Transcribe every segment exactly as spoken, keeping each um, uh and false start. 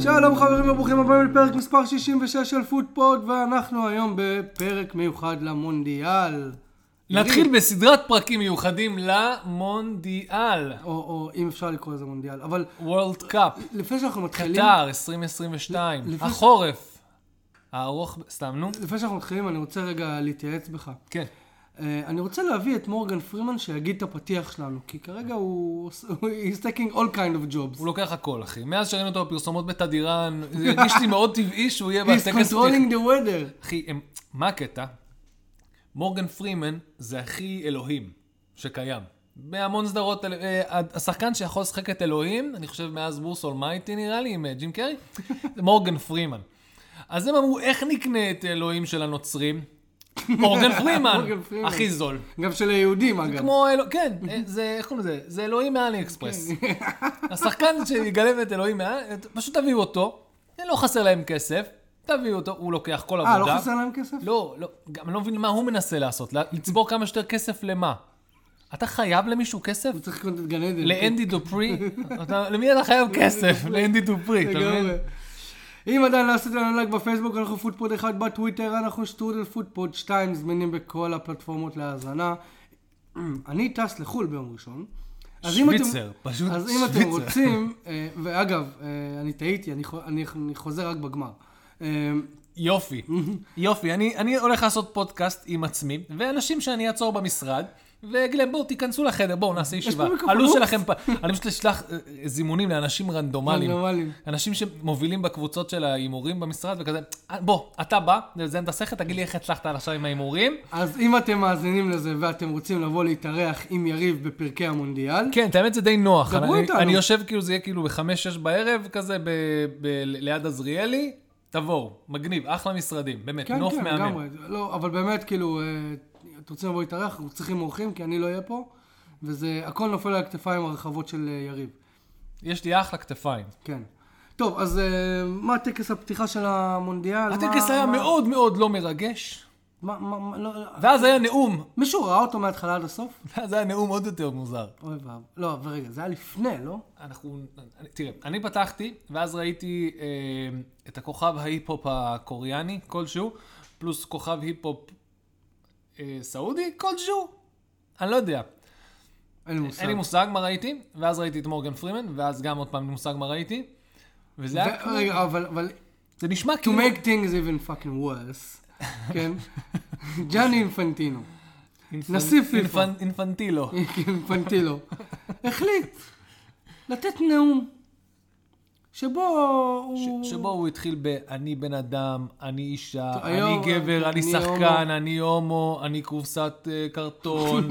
שלום חברים וברוכים הבאים לפרק מספר שישים ושש של פוטפוד, ואנחנו היום בפרק מיוחד למונדיאל. נתחיל בסדרת פרקים מיוחדים למונדיאל. או, או אם אפשר לקרוא לזה מונדיאל, אבל... וורלד קאפ. לפני שאנחנו מתחילים... קטר עשרים עשרים ושתיים. לפני... החורף. הארוך, סתם, נו. לפני שאנחנו מתחילים, אני רוצה רגע להתייעץ בך. כן. Uh, אני רוצה להביא את מורגן פרימן שיגיד את הפתיח שלנו, כי כרגע הוא... he's taking all kind of jobs. הוא לוקח הכל, אחי. מאז שראינו אותו בפרסומות בתדירן, זה הרגיש לי מאוד טבעי שהוא יהיה בטקס... he's controlling the weather. אחי, הם... מה הקטע? מורגן פרימן זה הכי אלוהים שקיים. בהמון סדרות, השחקן שיכול לשחק את אלוהים, אני חושב מאז ברוס אולמייטי נראה לי, עם ג'ים קרי, זה מורגן פרימן. אז הם אמרו, איך נקנה את אלוהים של הנוצרים? מורגן פרימן, הכי זול. גם של היהודים, אגב. כמו, כן, זה, איך קוראים לזה? זה אלוהים מאלי אקספרס. השחקן שיגלם את אלוהים מאלי, פשוט תביאו אותו, לא חסר להם כסף, תביאו אותו, הוא לוקח כל עבודה. אה, לא חסר להם כסף? לא, לא, גם לא מבין מה הוא מנסה לעשות, לצבור כמה שיותר כסף למה? אתה חייב למישהו כסף? הוא צריך לקנות את גן עדן. לאנדי דופרי? למי אתה חייב כסף? לאנדי דופרי, אתה מבין? אם עדיין לא עשית לנו לייק בפייסבוק, אנחנו פוטפוד אחד, בטוויטר אנחנו שטרודל פוטפוד שתיים, זמינים בכל הפלטפורמות להאזנה. אני טס לחול ביום ראשון. שוויצר, פשוט שוויצר. אז אם אתם רוצים, ואגב, אני טעיתי, אני חוזר רק בגמר. יופי, יופי, אני, אני הולך לעשות פודקאסט עם עצמי, ואנשים שאני אעצור במשרד, וגלם, בואו תיכנסו לחדר, בואו נעשה ישיבה. הלו"ז שלכם, אני פשוט אשלח זימונים לאנשים רנדומליים, אנשים שמובילים בקבוצות של האימורים במשרד, וכזה, בוא, אתה בא, זה נתסכת, תגיד לי איך הצלחת עכשיו עם האימורים. אז אם אתם מאזינים לזה, ואתם רוצים לבוא להתארח עם יריב בפרקי המונדיאל, כן, האמת זה די נוח. דברו איתנו. אני יושב כאילו, זה יהיה כאילו בחמש, שש בערב, כזה, ליד עזריאלי, תבואו, מגניב, אחלה משרדים, באמת, נוף מהמם. כן, כן, לגמרי. לא, אבל באמת, כאילו, אתם רוצים לבוא להתארח, אנחנו צריכים אורחים, כי אני לא אהיה פה, וזה, הכל נופל על הכתפיים הרחבות של יריב. יש לי אחלה כתפיים. כן. טוב, אז מה הטקס הפתיחה של המונדיאל? הטקס היה מאוד מאוד לא מרגש. מה, מה, לא... ואז היה נאום. מישהו ראה אותו מההתחלה עד הסוף? ואז היה נאום עוד יותר מוזר. אוי ואב. לא, אבל רגע, זה היה לפני, לא? אנחנו, תראה, אני פתחתי, ואז ראיתי אה, את הכוכב ההיפ-הופ הקוריאני, כלשהו, פלוס כוכב היפ-הופ אה, סעודי, כלשהו. אני לא יודע. אין לי מושג. אין לי מושג מה ראיתי, ואז ראיתי את מורגן פרימן, ואז גם עוד פעם אין לי מושג מה ראיתי. וזה היה כמו... רגע, אבל, אבל... זה נשמע to כאילו... To make things even fucking worse. כן? ג'אני אינפנטינו. נשיא פיפה. אינפנטילו. אינפנטילו. החליט לתת נאום שבו הוא... שבו הוא התחיל ב, אני בן אדם, אני אישה, אני גבר, אני שחקן, אני הומו, אני קופסת קרטון,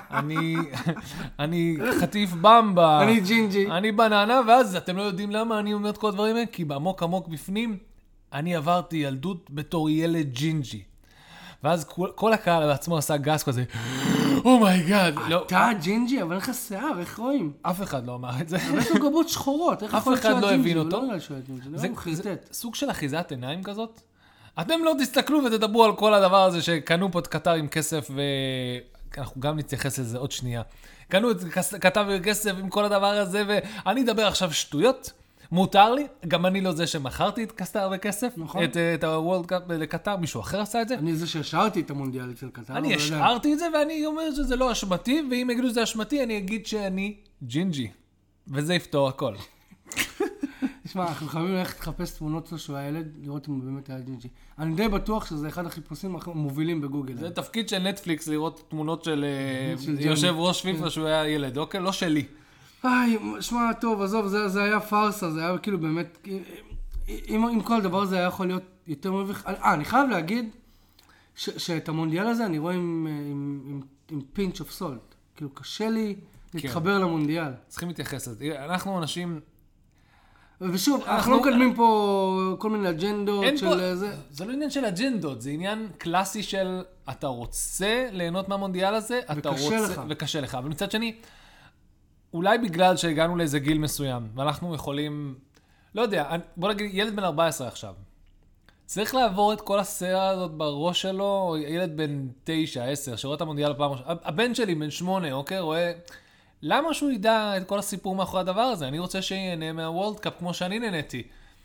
אני חטיף במבה, אני ג'ינג'י, אני בננה, ואז אתם לא יודעים למה אני אומר את כל הדברים האלה, כי בעמוק עמוק בפנים, אני עברתי ילדות בתור ילד ג'ינג'י. ואז כל, כל הקהל בעצמו עשה גס כזה, אומייגאד. אתה ג'ינג'י, אבל איך השיער, איך רואים? אף אחד לא אמר את זה. אבל יש לו גבות שחורות, איך אף אחד לא הבין אותו. זה סוג של אחיזת עיניים כזאת. אתם לא תסתכלו ותדברו על כל הדבר הזה שקנו פה את קטר עם כסף, ואנחנו גם נתייחס לזה עוד שנייה. קנו את קטר עם כסף עם כל הדבר הזה, ואני אדבר עכשיו שטויות. מותר לי, גם אני לא זה שמכרתי את קטר בכסף, נכון. את, את הוורלד קאפ לקטר, מישהו אחר עשה את זה. אני זה שהשארתי את המונדיאל אצל קטר. אני השארתי את זה, ואני אומר שזה לא אשמתי, ואם יגידו שזה אשמתי, אני אגיד שאני ג'ינג'י. וזה יפתור הכל. תשמע, אנחנו חייבים ללכת לחפש תמונות שלו שהוא הילד, לראות אם הוא באמת היה ג'ינג'י. אני די בטוח שזה אחד החיפושים המובילים בגוגל. זה תפקיד של נטפליקס, לראות תמונות של יושב ראש פיפה שהוא היה ילד, אוקיי? לא שלי. איי, שמע, טוב, עזוב, זה, זה היה פרסה, זה היה כאילו באמת, אם, אם כל הדבר הזה היה יכול להיות יותר מביך, אה, אני חייב להגיד, ש, שאת המונדיאל הזה אני רואה עם, עם, עם, עם pinch of salt, כאילו קשה לי להתחבר כן. למונדיאל. צריכים להתייחס לזה, אנחנו אנשים... ושוב, אנחנו, אנחנו לא מקדמים פה כל מיני אג'נדות של פה, זה. זה לא עניין של אג'נדות, זה עניין קלאסי של אתה רוצה ליהנות מהמונדיאל הזה, אתה רוצה, לך. וקשה לך, אבל מצד שני, אולי בגלל שהגענו לאיזה גיל מסוים, ואנחנו יכולים, לא יודע, בוא נגיד, ילד בן ארבע עשרה עכשיו, צריך לעבור את כל הסרט הזאת בראש שלו, או ילד בן תשע, עשר, שרואה את המונדיאל פעם ראשונה, הבן שלי בן שמונה, אוקיי, רואה, למה שהוא ידע את כל הסיפור מאחורי הדבר הזה? אני רוצה שיהנה מהוורלד קאפ כמו שאני נהניתי.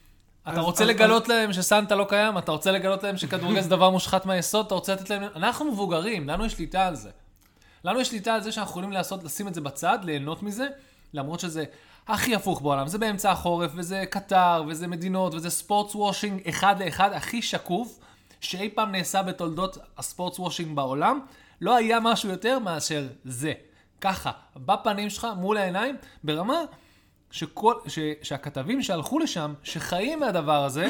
אתה רוצה לגלות להם שסנטה לא קיים? אתה רוצה לגלות להם שכדורגל זה דבר מושחת מהיסוד? אתה רוצה לתת להם... אנחנו מבוגרים, לנו יש שליטה על זה. לנו יש שליטה על זה שאנחנו יכולים לעשות, לשים את זה בצד, ליהנות מזה, למרות שזה הכי הפוך בעולם. זה באמצע החורף, וזה קטר, וזה מדינות, וזה ספורטס וושינג אחד לאחד, הכי שקוף, שאי פעם נעשה בתולדות הספורטס וושינג בעולם. לא היה משהו יותר מאשר זה. ככה, בפנים שלך, מול העיניים, ברמה שכל, ש, שהכתבים שהלכו לשם, שחיים מהדבר הזה,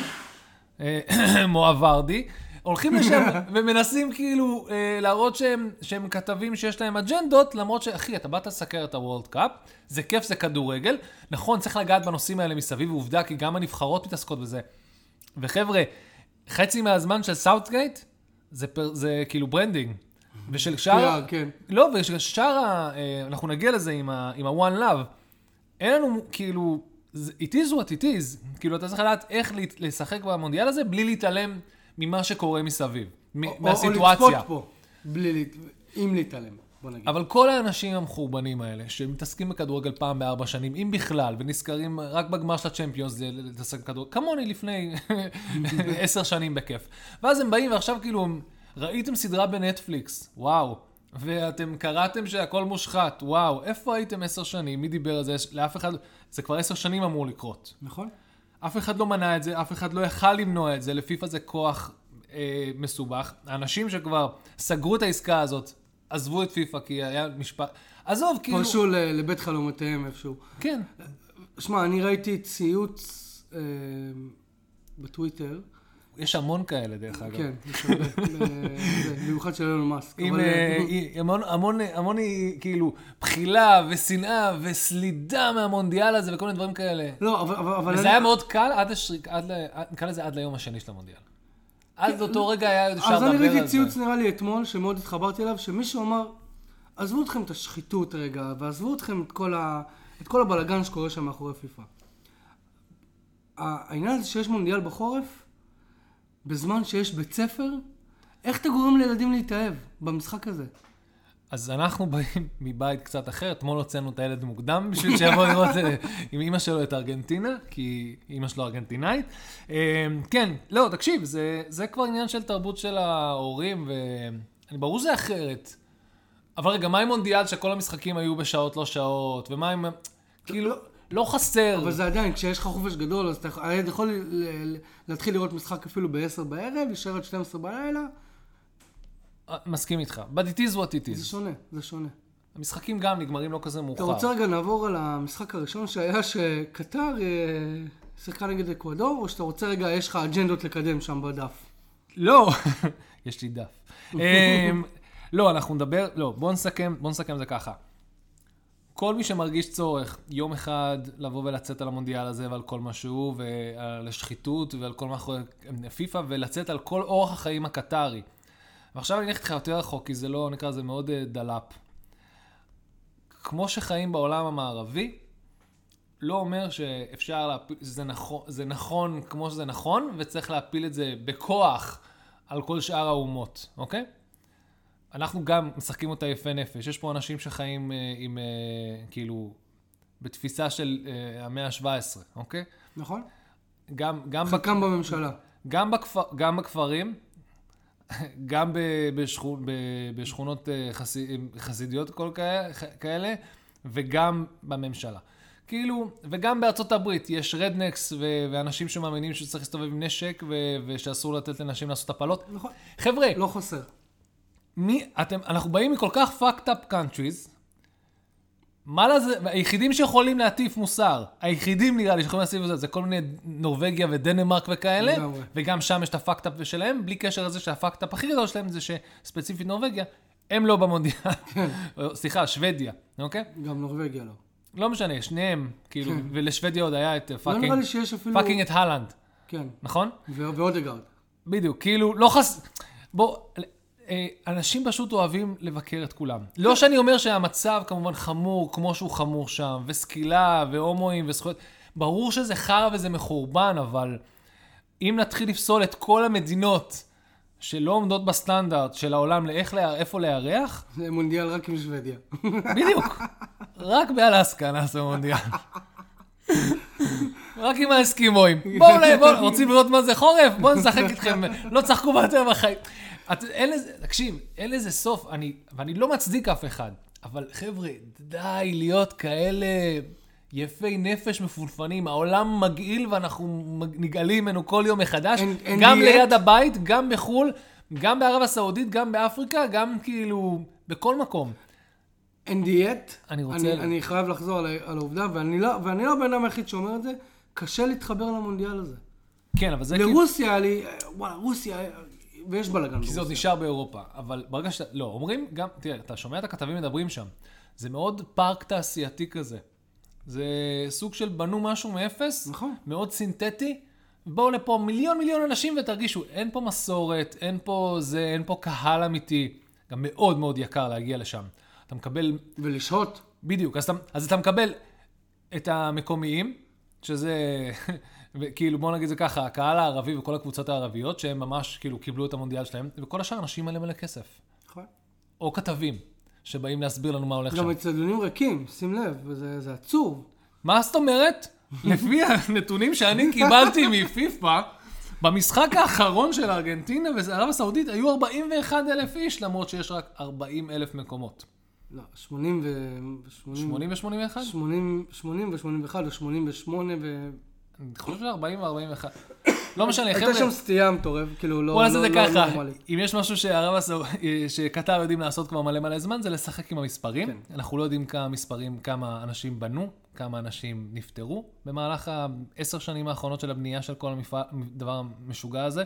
מואב ורדי, הולכים לשם ומנסים כאילו להראות שהם, שהם כתבים שיש להם אג'נדות, למרות שאחי, אתה באת לסקר את הוורלד קאפ, זה כיף, זה כדורגל, נכון, צריך לגעת בנושאים האלה מסביב, ועובדה, כי גם הנבחרות מתעסקות בזה. וחבר'ה, חצי מהזמן של סאוטגייט, זה, זה כאילו ברנדינג. ושל שאר... כן. לא, ושל שאר... אנחנו נגיע לזה עם ה-One Love. אין לנו, כאילו... It is what it is. כאילו, אתה צריך לדעת איך לשחק במונדיאל הזה, בלי להתעלם ממה שקורה מסביב. מהסיטואציה. או לצפות פה, בלי... אם להתעלם. בוא נגיד. אבל כל האנשים המחורבנים האלה, שמתעסקים בכדורגל פעם בארבע שנים, אם בכלל, ונזכרים רק בגמר של הצ'מפיונס להתעסק בכדורגל, כמוני לפני עשר שנים בכיף. ואז הם באים ועכשיו כאילו... ראיתם סדרה בנטפליקס, וואו, ואתם קראתם שהכל מושחת, וואו, איפה הייתם עשר שנים? מי דיבר על זה? לאף אחד, זה כבר עשר שנים אמור לקרות. נכון. אף אחד לא מנע את זה, אף אחד לא יכל למנוע את זה, לפיפה זה כוח אה, מסובך. האנשים שכבר סגרו את העסקה הזאת, עזבו את פיפה כי היה משפט, עזוב, כאילו... פרשו לבית חלומותיהם איפשהו. כן. שמע, אני ראיתי ציוץ אה, בטוויטר, יש המון כאלה, דרך אגב. כן, במיוחד של אילון מאסק. עם המון, המון, כאילו, בחילה ושנאה וסלידה מהמונדיאל הזה וכל מיני דברים כאלה. לא, אבל... וזה היה מאוד קל עד השריק, נקרא לזה עד ליום השני של המונדיאל. עד אותו רגע היה אפשר לדבר על זה. אז אני ראיתי ציוץ נראה לי אתמול, שמאוד התחברתי אליו, שמישהו אמר, עזבו אתכם את השחיתות רגע, ועזבו אתכם את כל הבלגן שקורה שם מאחורי פיפה. העניין הזה שיש מונדיאל בחורף, בזמן שיש בית ספר, איך אתה גורם לילדים להתאהב במשחק הזה? אז אנחנו באים מבית קצת אחר, אתמול הוצאנו את הילד מוקדם בשביל שיבוא לראות עם אמא שלו את ארגנטינה, כי אמא שלו ארגנטינאית. כן, לא, תקשיב, זה, זה כבר עניין של תרבות של ההורים, ואני ברור זה אחרת. אבל רגע, מה עם מונדיאל שכל המשחקים היו בשעות לא שעות, ומה עם... כאילו... לא חסר. אבל זה עדיין, כשיש לך חופש גדול, אז אתה יכול להתחיל לראות משחק אפילו ב-עשר בערב, להישאר עד שתים עשרה בלילה. מסכים איתך. But it is what it is. זה שונה, זה שונה. המשחקים גם נגמרים לא כזה מאוחר. אתה רוצה רגע נעבור על המשחק הראשון שהיה שקטר שיחקה נגד אקוודור, או שאתה רוצה רגע, יש לך אג'נדות לקדם שם בדף? לא, יש לי דף. לא, אנחנו נדבר, לא, בוא נסכם, בוא נסכם זה ככה. כל מי שמרגיש צורך יום אחד לבוא ולצאת על המונדיאל הזה ועל כל משהו, ועל השחיתות ועל כל מאחורי פיפה, ולצאת על כל אורח החיים הקטרי. ועכשיו אני אלך איתך יותר רחוק, כי זה לא, נקרא, זה מאוד דלאפ. כמו שחיים בעולם המערבי, לא אומר שאפשר להפיל, זה נכון, זה נכון כמו שזה נכון, וצריך להפיל את זה בכוח על כל שאר האומות, אוקיי? אנחנו גם משחקים אותה יפה נפש. יש פה אנשים שחיים אה, עם, אה, כאילו, בתפיסה של אה, המאה ה-שבע עשרה, אוקיי? נכון. גם, גם חלקם בכ... בממשלה. גם, בכפר, גם בכפרים, גם בשכונות, בשכונות חסידיות כל כאלה, וגם בממשלה. כאילו, וגם בארצות הברית יש רדנקס ו- ואנשים שמאמינים שצריך להסתובב עם נשק ו- ושאסור לתת לנשים לעשות הפלות. נכון. חבר'ה, לא חסר. מי, אתם, אנחנו באים מכל כך fucked up countries, מה לזה, היחידים שיכולים להטיף מוסר, היחידים נראה לי שיכולים להטיף מוסר, זה כל מיני נורווגיה ודנמרק וכאלה, וגם שם יש את הפאקט אפ שלהם, בלי קשר לזה שהפאקט אפ הכי גדול שלהם זה שספציפית נורווגיה, הם לא במונדיאל, סליחה, שוודיה, אוקיי? גם נורווגיה לא. לא משנה, שניהם, כאילו, ולשוודיה עוד היה את פאקינג, לא נראה לי שיש אפילו... פאקינג את הלנד, כן. נכון? ואודגרד. בדיוק, כאילו, לא חס... בוא... אנשים פשוט אוהבים לבקר את כולם. לא שאני אומר שהמצב כמובן חמור, כמו שהוא חמור שם, וסקילה, והומואים, וזכויות. ברור שזה חרא וזה מחורבן, אבל אם נתחיל לפסול את כל המדינות שלא עומדות בסטנדרט של העולם לאיך, איפה להיערך... זה מונדיאל רק עם שוודיה. בדיוק. רק באלסקה נעשה מונדיאל. רק עם האסקימואים. בואו, בואו, רוצים לראות מה זה חורף? בואו נשחק איתכם, לא צחקו ביותר בחיים. אין לזה, תקשיב, אין לזה סוף, ואני לא מצדיק אף אחד, אבל חבר'ה, די להיות כאלה יפי נפש מפולפנים, העולם מגעיל ואנחנו נגעלים ממנו כל יום מחדש, גם ליד הבית, גם בחול, גם בערב הסעודית, גם באפריקה, גם כאילו בכל מקום. אין דיאט, אני רוצה... אני, אני חייב לחזור על, על העובדה, ואני לא, ואני לא בן אדם היחיד שאומר את זה, קשה להתחבר למונדיאל הזה. כן, אבל זה לרוסיה, כאילו... לי, וואלה, רוסיה, ויש בלגן ברוסיה. כי זה עוד נשאר באירופה, אבל ברגע שאתה, לא, אומרים גם, תראה, אתה שומע את הכתבים מדברים שם, זה מאוד פארק תעשייתי כזה. זה סוג של בנו משהו מאפס, נכון. מאוד סינתטי, בואו לפה מיליון מיליון אנשים ותרגישו, אין פה מסורת, אין פה זה, אין פה קהל אמיתי, גם מאוד מאוד יקר להגיע לשם. אתה מקבל... ולשהות. בדיוק, אז אתה, אז אתה מקבל את המקומיים, שזה, כאילו בוא נגיד זה ככה, הקהל הערבי וכל הקבוצות הערביות, שהם ממש כאילו קיבלו את המונדיאל שלהם, וכל השאר אנשים מלא מלא כסף. נכון. או כתבים, שבאים להסביר לנו מה הולך שם. גם אצטדיונים ריקים, שים לב, וזה, זה עצוב. מה זאת אומרת? לפי הנתונים שאני קיבלתי מפיפה, במשחק האחרון של ארגנטינה וערב הסעודית היו ארבעים ואחד אלף איש, למרות שיש רק ארבעים אלף מקומות. לא, שמונים ו... שמונים ו-שמונים ואחת? שמונים ו-שמונים ואחת, או שמונים ושמונה ו... אני חושב ש-ארבעים ו-ארבעים ואחת. לא משנה, חבר'ה. הייתה שם סטייה מטורף, כאילו לא... בוא נעשה את זה ככה. אם יש משהו שקטר יודעים לעשות כבר מלא מלא זמן, זה לשחק עם המספרים. אנחנו לא יודעים כמה מספרים, כמה אנשים בנו, כמה אנשים נפטרו, במהלך העשר שנים האחרונות של הבנייה של כל הדבר המשוגע הזה,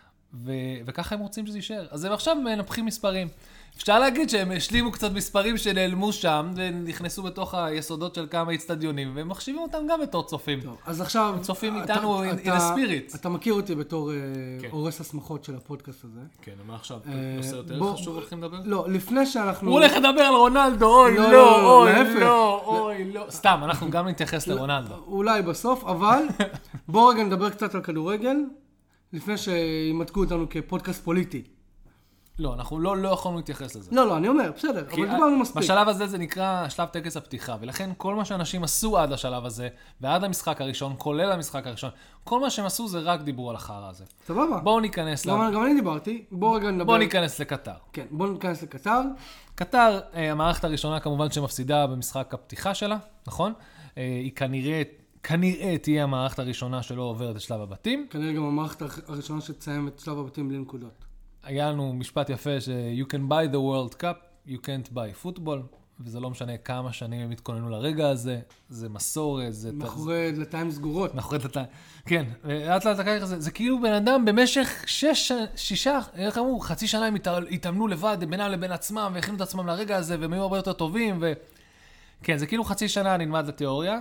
וככה הם רוצים שזה יישאר. אז הם עכשיו מנפחים מספרים. אפשר להגיד שהם השלימו קצת מספרים שנעלמו שם, ונכנסו בתוך היסודות של כמה אצטדיונים, והם מחשיבים אותם גם בתור צופים. טוב, אז עכשיו... צופים איתנו in a spirit. אתה מכיר אותי בתור הורס הסמכות של הפודקאסט הזה. כן, אבל עכשיו, נושא יותר חשוב הולכים לדבר? לא, לפני שאנחנו... הוא הולך לדבר על רונלדו, אוי לא, אוי לא, אוי לא. סתם, אנחנו גם נתייחס לרונלדו. אולי בסוף, אבל בואו רגע נדבר קצת על כדורגל, לפני שימתקו אותנו כפודקאסט פוליטי. לא, אנחנו לא, לא יכולנו להתייחס לזה. לא, לא, אני אומר, בסדר, אבל דיברנו מספיק. בשלב הזה זה נקרא שלב טקס הפתיחה, ולכן כל מה שאנשים עשו עד לשלב הזה, ועד המשחק הראשון, כולל המשחק הראשון, כל מה שהם עשו זה רק דיבור על החרא הזה. סבבה. בואו ניכנס ל... גם אני דיברתי, בואו רגע נדבר... בואו ניכנס לקטר. כן, בואו ניכנס לקטר. קטר, המערכת הראשונה כמובן שמפסידה במשחק הפתיחה שלה, נכון? היא כנראה... כנראה תהיה המערכת הראשונה שלא עוברת את שלב הבתים. כנראה גם המערכת הראשונה שתסיים את שלב הבתים בלי נקודות. היה לנו משפט יפה ש- you can buy the world cup, you can't buy football, וזה לא משנה כמה שנים הם התכוננו לרגע הזה, זה מסורת, זה... מאחורי דלתיים סגורות. מאחורי דלתיים, כן. לאט לאט לקח זה, זה כאילו בן אדם במשך שש, שישה, איך אמרו, חצי שנה הם התאמנו לבד בינם לבין עצמם, והכינו את עצמם לרגע הזה, והם היו הרבה יותר טובים, ו... כן, זה כאילו חצי שנה נלמד לתיאוריה,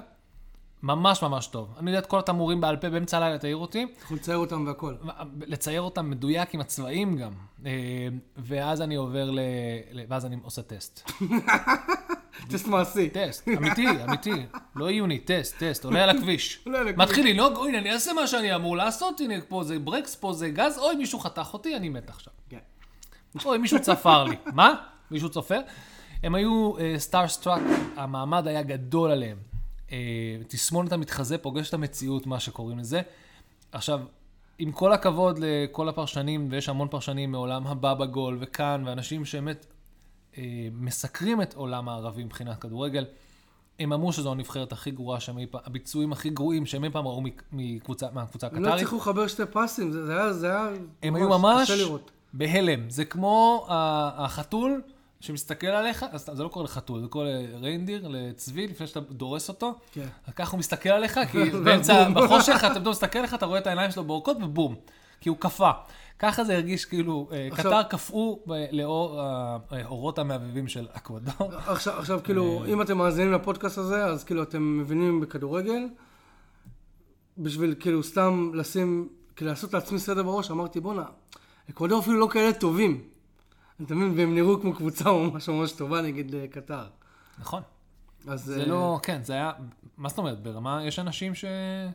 ממש ממש טוב. אני יודע את כל התמורים בעל פה באמצע הלילה תאיר אותי. יכול לצייר אותם והכל. לצייר אותם מדויק עם הצבעים גם. ואז אני עובר ל... ואז אני עושה טסט. טסט מעשי. טסט, אמיתי, אמיתי. לא עיוני, טסט, טסט. עולה על הכביש. מתחיל לנהוג, אוי, אני אעשה מה שאני אמור לעשות. הנה, פה זה ברקס, פה זה גז. אוי, מישהו חתך אותי, אני מת עכשיו. אוי, מישהו צפר לי. מה? מישהו צופר? הם היו סטאר סטראק, המעמד היה גדול עליהם. תסמונת המתחזה פוגש את המציאות, מה שקוראים לזה. עכשיו, עם כל הכבוד לכל הפרשנים, ויש המון פרשנים מעולם הבא בגול וכאן, ואנשים שבאמת אה, מסקרים את עולם הערבי מבחינת כדורגל, הם אמרו שזו הנבחרת הכי גרועה, הביצועים הכי גרועים שהם אי פעם ראו מקבוצה, מהקבוצה הקטרית. הם לא צריכו לחבר שתי פסים, זה היה, זה היה... הם היו ממש בהלם. זה כמו החתול, שמסתכל עליך, אז זה לא קורא לחתול, זה קורא לריינדיר, לצבי, לפני שאתה דורס אותו. כן. ככה הוא מסתכל עליך, כי באמצע, בחושך, אתה פתאום מסתכל עליך, אתה רואה את העיניים שלו באורכות, ובום, כי הוא קפה. ככה זה הרגיש כאילו, קטר קפאו לאור האורות המאביבים של אקוודור. עכשיו, כאילו, אם אתם מאזינים לפודקאסט הזה, אז כאילו אתם מבינים בכדורגל, בשביל כאילו סתם לשים, כאילו לעשות לעצמי סדר בראש, אמרתי, בונה, אקוודור אפילו לא כאלה טובים. אתה מבין, והם נראו כמו קבוצה ממש ממש טובה נגד קטר. נכון. אז זה לא, כן, זה היה, מה זאת אומרת, ברמה, יש אנשים ש...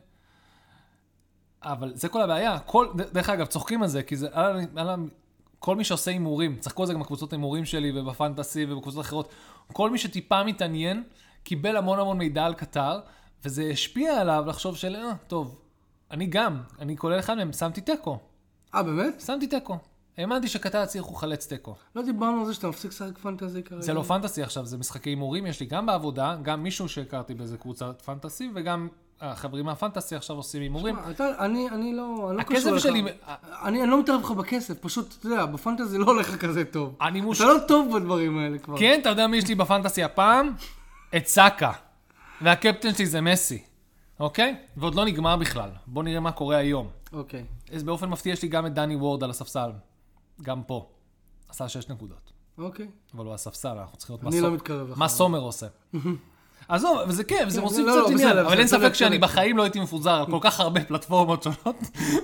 אבל זה כל הבעיה. כל, דרך אגב, צוחקים על זה, כי זה, על, על, כל מי שעושה אימורים, צחקו על זה גם בקבוצות אימורים שלי ובפנטסי ובקבוצות אחרות, כל מי שטיפה מתעניין, קיבל המון המון מידע על קטר, וזה השפיע עליו לחשוב של, אה, טוב, אני גם, אני כולל אחד מהם, שמתי טקו. אה, באמת? שמתי טקו. האמנתי שקטר הצליחו חלץ טקו. לא דיברנו על זה שאתה מפסיק לשחק פנטזי כרגע. זה לא פנטסי עכשיו, זה משחקי הימורים, יש לי גם בעבודה, גם מישהו שהכרתי באיזה קבוצת פנטסי, וגם החברים מהפנטסי עכשיו עושים הימורים. אני, אני לא, אני לא הכסף שלי... אני, אני לא מתערב לך בכסף, פשוט, אתה יודע, בפנטזי לא הולך כזה טוב. אני מוש... אתה לא טוב בדברים האלה כבר. כן, אתה יודע מי יש לי בפנטסי הפעם? את סאקה. והקפטן שלי זה מסי. אוקיי? ועוד לא נגמר בכלל. בוא נראה מה קורה היום. אוקיי. אז באופן מפתיע יש לי גם את דני וורד על הספסל. גם פה. עשה שש נקודות. אוקיי. אבל הוא הספסל, אנחנו צריכים אני לא מתקרב לך. מה סומר עושה. עזוב, וזה כיף, זה מוסיף קצת עניין. אבל אין ספק שאני בחיים לא הייתי מפוזר על כל כך הרבה פלטפורמות שונות.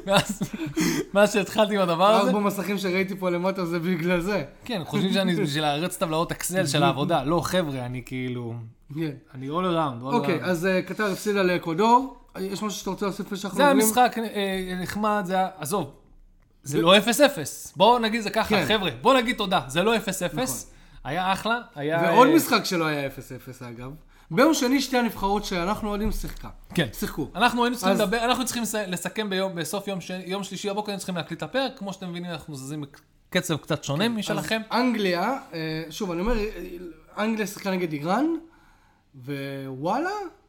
מאז שהתחלתי עם הדבר הזה. ארבע מסכים שראיתי פה למטה זה בגלל זה. כן, חושבים שאני בשביל להרץ טבלאות אקסל של העבודה. לא, חבר'ה, אני כאילו... אני all around. אוקיי, אז קטר הפסידה לאקוודור. יש משהו שאתה רוצה להוסיף לשחר? זה המשחק נחמד, זה היה... עזוב. זה לא אפס אפס. בואו נגיד זה ככה, חבר'ה. בואו נגיד תודה. זה לא אפס אפס. היה אחלה. ועוד משחק שלא היה אפס אפס, אגב. ביום שני שתי הנבחרות שאנחנו יודעים שיחקה. כן. שיחקו. אנחנו היינו צריכים לדבר, אנחנו צריכים לסכם ביום, בסוף יום, יום שלישי הבוקר, היינו צריכים להקליט את הפרק. כמו שאתם מבינים, אנחנו זזים בקצב קצת שונה משלכם. אנגליה, שוב, אני אומר, אנגליה שיחקה נגד איראן, ווואלה,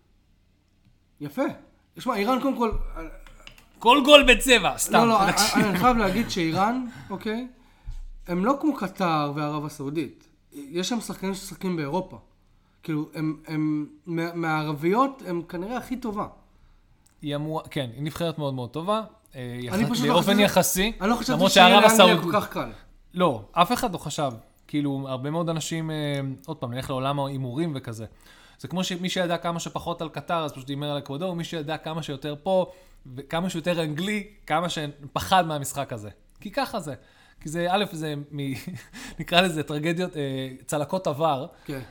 יפה. תשמע, איראן קודם כל... כל גול בצבע, סתם. לא, לא, אני חייב להגיד שאיראן, אוקיי, הם לא כמו קטר וערב הסעודית. יש שם שחקנים ששחקים באירופה. כאילו, הם, הם, מהערביות, הם כנראה הכי טובה. היא אמורה, כן, היא נבחרת מאוד מאוד טובה. אני פשוט לא באופן יחסי. אני לא חשבתי שיהיה לאנגליה כל כך קל. לא, אף אחד לא חשב. כאילו, הרבה מאוד אנשים, עוד פעם, נלך לעולם ההימורים וכזה. זה כמו שמי שידע כמה שפחות על קטר, אז פשוט דימר על אקוודור, מי שידע כמה שיותר פה, וכמה שיותר אנגלי, כמה שפחד מהמשחק הזה. כי ככה זה. כי זה, א', זה, מ... נקרא לזה טרגדיות, צלקות עבר,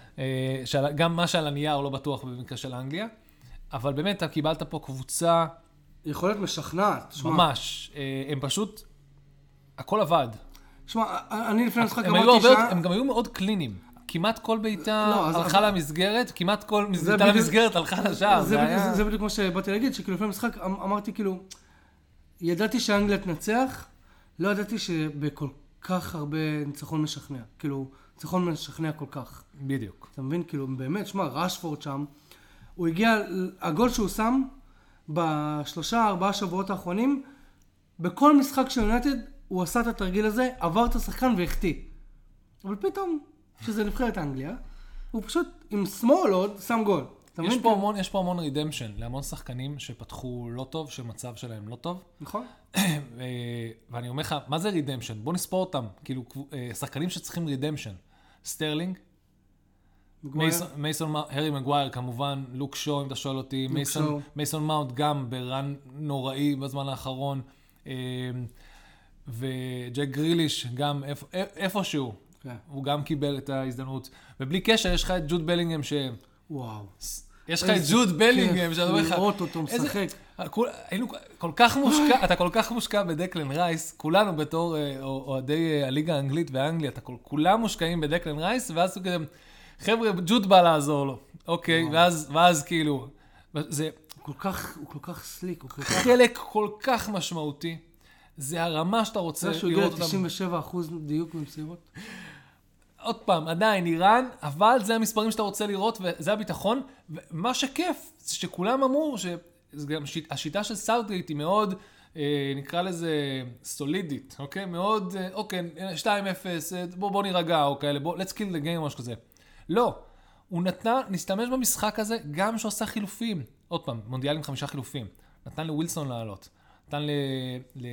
גם מה שעל הנייר לא בטוח במקרה של אנגליה, אבל באמת, אתה קיבלת פה קבוצה... יכולת משכנעת. ממש. הם פשוט, הכל עבד. שמע, אני לפני המשחק אמרתי שעה... הם גם היו מאוד קליניים. כמעט כל בעיטה הלכה למסגרת, כמעט כל בעיטה למסגרת הלכה לשער. זה בדיוק כמו שבאתי להגיד, שכאילו לפני המשחק אמרתי כאילו, ידעתי שאנגליה תנצח, לא ידעתי שבכל כך הרבה ניצחון משכנע. כאילו, ניצחון משכנע כל כך. בדיוק. אתה מבין? כאילו, באמת, שמה, רשפורד שם, הוא הגיע, הגול שהוא שם, בשלושה, ארבעה שבועות האחרונים, בכל משחק של יונייטד, הוא עשה את התרגיל הזה, עבר את השחקן והחטיא. אבל פתאום, שזה נבחרת אנגליה, הוא פשוט עם שמאל עוד, שם גול. יש פה המון, יש פה המון רידמפשן, להמון שחקנים שפתחו לא טוב, שמצב שלהם לא טוב. נכון. ואני אומר לך, מה זה רידמפשן? בוא נספור אותם, כאילו, שחקנים שצריכים רידמפשן. סטרלינג, מייסון, הרי מגווייר כמובן, לוק שו, אם אתה שואל אותי, מייסון מאונט גם ברן נוראי בזמן האחרון, וג'ק גריליש גם איפשהו, הוא גם קיבל את ההזדמנות, ובלי קשר יש לך את ג'וד בלינגהם ש... וואו. יש לך את ג'וד בלינגהם, שאתה אומר לך... לראות אותו משחק. היינו כל כך מושקע, אתה כל כך מושקע בדקלן רייס, כולנו בתור אוהדי הליגה האנגלית ואנגליה, אתה כולם מושקעים בדקלן רייס, ואז הוא כזה, חבר'ה, ג'וד בא לעזור לו. אוקיי, ואז כאילו, זה... הוא כל כך סליק, הוא כל כך... חלק כל כך משמעותי. זה הרמה שאתה רוצה לראות אותם. זה שהוא הגיע ל-תשעים ושבע אחוז דיוק במסירות. עוד פעם, עדיין איראן, אבל זה המספרים שאתה רוצה לראות, וזה הביטחון. ומה שכיף, זה שכולם אמרו, שהשיטה של סאוטגייט היא מאוד, נקרא לזה סולידית, אוקיי? מאוד, אוקיי, שתיים אפס, בוא, בוא נירגע, או כאלה, בוא, let's kill the game, או משהו כזה. לא, הוא נתן, נסתמש במשחק הזה, גם שעושה חילופים. עוד פעם, מונדיאל עם חמישה חילופים. נתן לווילסון לעלות. נתן ל... ל...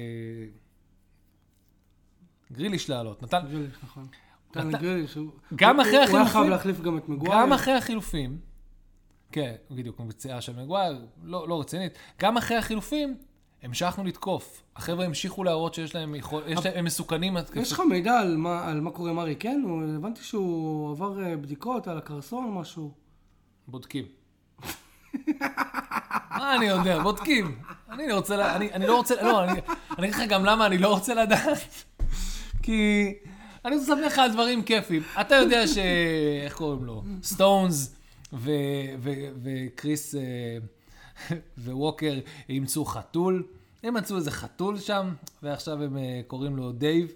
גריליש לעלות. נתן... גריליש, נכון. נתן לגריליש. גם אחרי החילופים... הוא היה חייב להחליף גם את מגווייר. גם אחרי החילופים, כן, בדיוק, מבצעה של מגווייר, לא, לא רצינית. גם אחרי החילופים, המשכנו לתקוף. החבר'ה המשיכו להראות שיש להם, יש להם, הם מסוכנים. יש לך מידע על מה, על מה קורה מרי, כן? הבנתי שהוא עבר בדיקות על הקרסון או משהו. בודקים. מה אני יודע? בודקים. אני רוצה, אני, אני לא רוצה, לא, אני, אני אגיד לך גם למה אני לא רוצה לדעת. כי אני רוצה לספר לך על דברים כיפים. אתה יודע ש... איך קוראים לו? סטונס וקריס וווקר אימצו חתול. הם מצאו איזה חתול שם, ועכשיו הם קוראים לו דייב.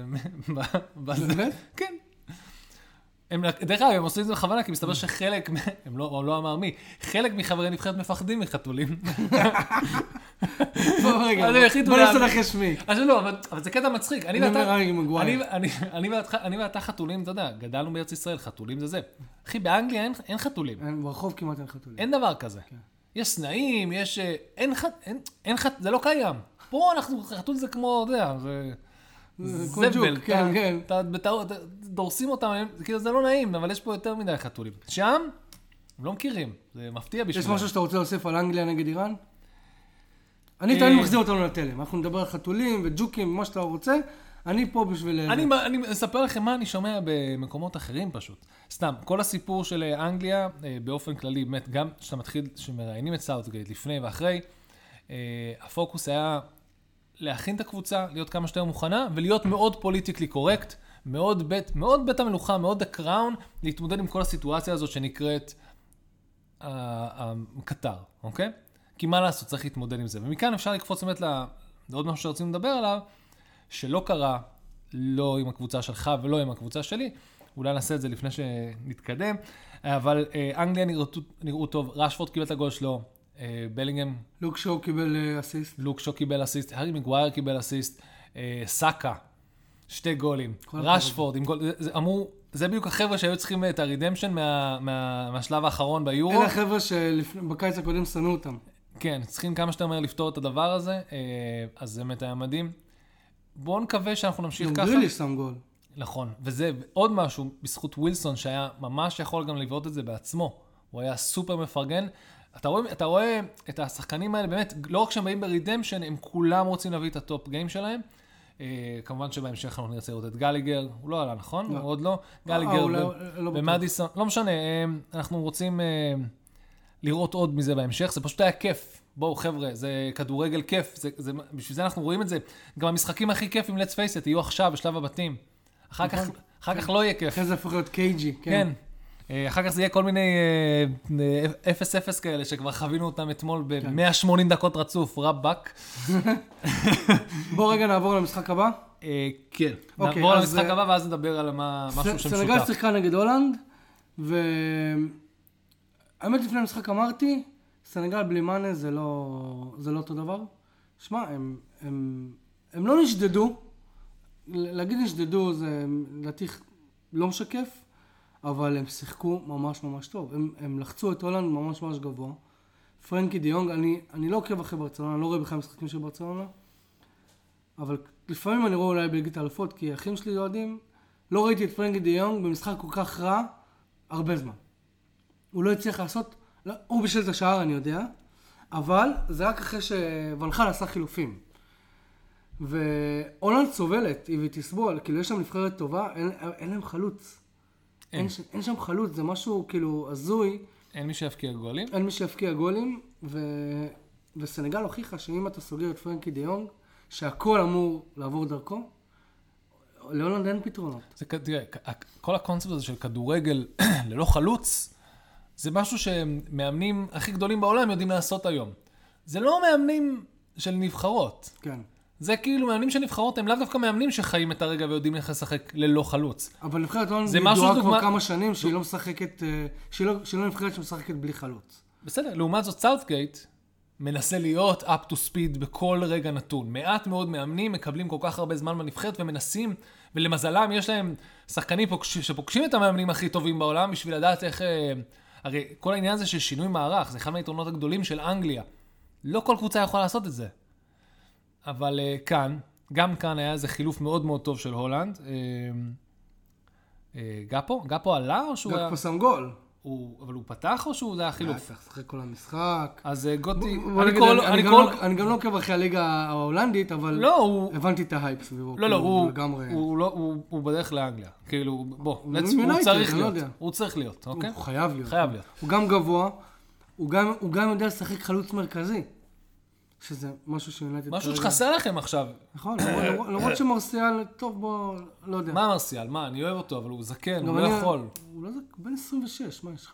כן. דרך אגב, הם עושים את זה בכוונה, כי מסתבר שחלק, הם לא אמר מי, חלק מחברי נבחרת מפחדים מחתולים. בוא רגע, בוא נעשה לך שמי. אבל זה קטע מצחיק. אני ואתה חתולים, אתה יודע, גדלנו בארץ ישראל, חתולים זה זה. אחי, באנגליה אין חתולים. ברחוב כמעט אין חתולים. אין דבר כזה. יש סנאים, יש... אין חת... זה לא קיים. פה אנחנו, חתול זה כמו, אתה יודע, זה... זבל, כן, כן. דורסים אותם, כאילו זה לא נעים, אבל יש פה יותר מדי חתולים. שם, הם לא מכירים, זה מפתיע בשביל. יש משהו שאתה רוצה להוסיף על אנגליה נגד איראן? אני תמיד מחזיר אותנו לתלם, אנחנו נדבר על חתולים וג'וקים, מה שאתה רוצה, אני פה בשביל... אני אספר לכם מה אני שומע במקומות אחרים פשוט. סתם, כל הסיפור של אנגליה, באופן כללי, באמת, גם כשאתה מתחיל, שמראיינים את סאוטגייט לפני ואחרי, הפוקוס היה להכין את הקבוצה, להיות כמה שיותר מוכנה, ולהיות מאוד פוליטיקלי קורקט, מאוד בית, מאוד בית המלוכה, מאוד הקראון, להתמודד עם כל הסיטואציה הזאת שנקראת הקטר, אוקיי? כי מה לעשות, צריך להתמודד עם זה. ומכאן אפשר לקפוץ באמת לעוד משהו שרצינו לדבר עליו, שלא קרה לא עם הקבוצה שלך ולא עם הקבוצה שלי, אולי נעשה את זה לפני שנתקדם, אבל אנגליה נראו, נראו טוב, רשפורד קיבל את הגול שלו, בלינגהם... לוק שו קיבל אסיסט. לוק שו קיבל אסיסט, הארי מגווייר קיבל אסיסט, סאקה, שתי גולים, רשפורד עם גול, זה, אמרו, זה בדיוק החבר'ה שהיו צריכים את הרידמפשן מה, מה, מהשלב האחרון ביורו. אלה החבר'ה שבקיץ הקודם שנאו אותם. כן, צריכים כמה שיותר מהר לפתור את הדבר הזה, אז זה באמת היה מדהים. בואו נקווה שאנחנו נמשיך ככה. גרילי שם גול. נכון, וזה עוד משהו בזכות ווילסון שהיה ממש יכול גם לבעוט את זה בעצמו. הוא היה סופר מפרגן. אתה רואה, אתה רואה את השחקנים האלה, באמת, לא רק שהם באים ברידמפשן, הם כולם רוצים להביא את הטופ גיים שלהם. כמובן שבהמשך אנחנו נרצה לראות את גליגר, הוא לא עלה, נכון? הוא עוד לא. גליגר ומדיסון, לא משנה, אנחנו רוצים לראות עוד מזה בהמשך, זה פשוט היה כיף. בואו חבר'ה, זה כדורגל כיף, זה, זה, בשביל זה אנחנו רואים את זה. גם המשחקים הכי כיפים, let's face it, יהיו עכשיו, בשלב הבתים. אחר כך, אחר כך לא יהיה כיף. אחרי זה הפך להיות קייג'י, כן. כן. אחר כך זה יהיה כל מיני אפס אפס כאלה, שכבר חווינו אותם אתמול ב-מאה ושמונים דקות רצוף, רבאק. בואו רגע נעבור למשחק הבא. כן, נעבור למשחק הבא, ואז נדבר על משהו שמשותף. סנגל שיחקה נגד הולנד, והאמת לפני המשחק אמרתי, סנגל בלי מאנה זה לא, זה לא אותו דבר. שמע, הם, הם, הם לא נשדדו. להגיד נשדדו זה להתיך לא משקף, אבל הם שיחקו ממש ממש טוב. הם, הם לחצו את הולנד ממש ממש גבוה. פרנקי דיונג, אני, אני לא עוקב אחרי ברצלונה, אני לא רואה בכלל משחקים של ברצלונה, אבל לפעמים אני רואה אולי בליגת האלופות, כי האחים שלי יודעים, לא ראיתי את פרנקי דיונג במשחק כל כך רע הרבה זמן. הוא לא הצליח לעשות, לא, הוא בשל את השער, אני יודע, אבל זה רק אחרי שונחל עשה חילופים. והולנד סובלת, היא תסבול, כאילו יש שם נבחרת טובה, אין, אין להם חלוץ. אין. אין, אין שם חלוץ, זה משהו כאילו הזוי. אין מי שיפקיע גולים? אין מי שיפקיע גולים, ו... וסנגל הוכיחה שאם אתה סוגר את פרנקי דיונג, שהכל אמור לעבור דרכו, להולנד אין פתרונות. זה, תראה, כל הקונספט הזה של כדורגל ללא חלוץ, זה משהו שמאמנים הכי גדולים בעולם יודעים לעשות היום. זה לא מאמנים של נבחרות. כן. זה כאילו מאמנים של נבחרות, הם לאו דווקא מאמנים שחיים את הרגע ויודעים איך לשחק ללא חלוץ. אבל נבחרת הולנד ידועה כבר כמה שנים שהיא לא משחקת, שהיא לא, שהיא לא נבחרת שמשחקת בלי חלוץ. בסדר, לעומת זאת סאות'גייט מנסה להיות up to speed בכל רגע נתון. מעט מאוד מאמנים מקבלים כל כך הרבה זמן בנבחרת ומנסים, ולמזלם יש להם שחקנים שפוגשים את המאמנים הכי טובים בעולם בשביל לדעת איך... הרי כל העניין הזה של שינוי מערך, זה אחד מהיתרונות הגדולים של אנגליה. לא כל קבוצה יכולה לעשות את זה. אבל uh, כאן, גם כאן היה איזה חילוף מאוד מאוד טוב של הולנד. Uh, uh, גאפו? גאפו עלה או שהוא היה... גאפו שם גול. הוא, אבל הוא פתח או שהוא זה היה חילוף? פתח, שחק כל המשחק. אז uh, גוטי... ב- אני, כל, אני, אני, כל... אני גם לא עוקב אחרי הליגה ההולנדית, אבל לא, הוא... הבנתי את ההייפ סביבו. לא, לא, הוא, לגמרי... הוא, לא, הוא, הוא בדרך לאנגליה. כאילו, בוא, הוא, let's, הוא צריך להיות. לא הוא צריך להיות, אוקיי? הוא חייב להיות. חייב להיות. הוא גם גבוה, הוא גם, הוא גם יודע לשחק חלוץ מרכזי. שזה משהו שיונתת... משהו שחסר לכם עכשיו. נכון, למרות שמרסיאל, טוב בוא, לא יודע. מה מרסיאל? מה? אני אוהב אותו, אבל הוא זקן, הוא לא יכול. הוא לא זקן, בן עשרים ושש, מה יש לך?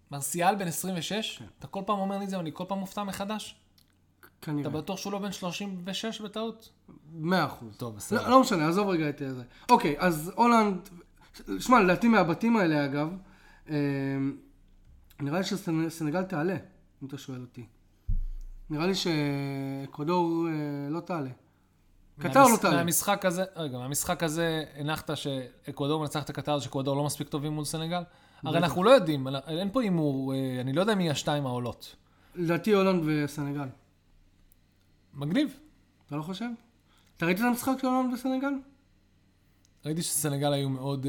מרסיאל בן עשרים ושש? אתה כל פעם אומר לי את זה, ואני כל פעם מופתע מחדש? כנראה. אתה בטוח שהוא לא בן שלושים ושש בטעות? מאה אחוז. טוב, בסדר. לא, לא משנה, עזוב רגע את זה. אוקיי, אז הולנד, שמע, לדעתי מהבתים האלה אגב, אה, נראה לי שסנגל תעלה, אם אתה שואל אותי. נראה לי שאקוודור אה, לא תעלה. קטר לא תעלה. מהמשחק הזה, רגע, מהמשחק הזה הנחת שאקוודור מנצח את הקטר, שאקוודור לא מספיק טובים מול סנגל? הרי אנחנו לא יודעים, אין פה אימור, אני לא יודע מי השתיים העולות. לדעתי הולנד וסנגל. מגניב. אתה לא חושב? אתה ראית את המשחק של הולנד וסנגל? ראיתי שסנגל היו מאוד...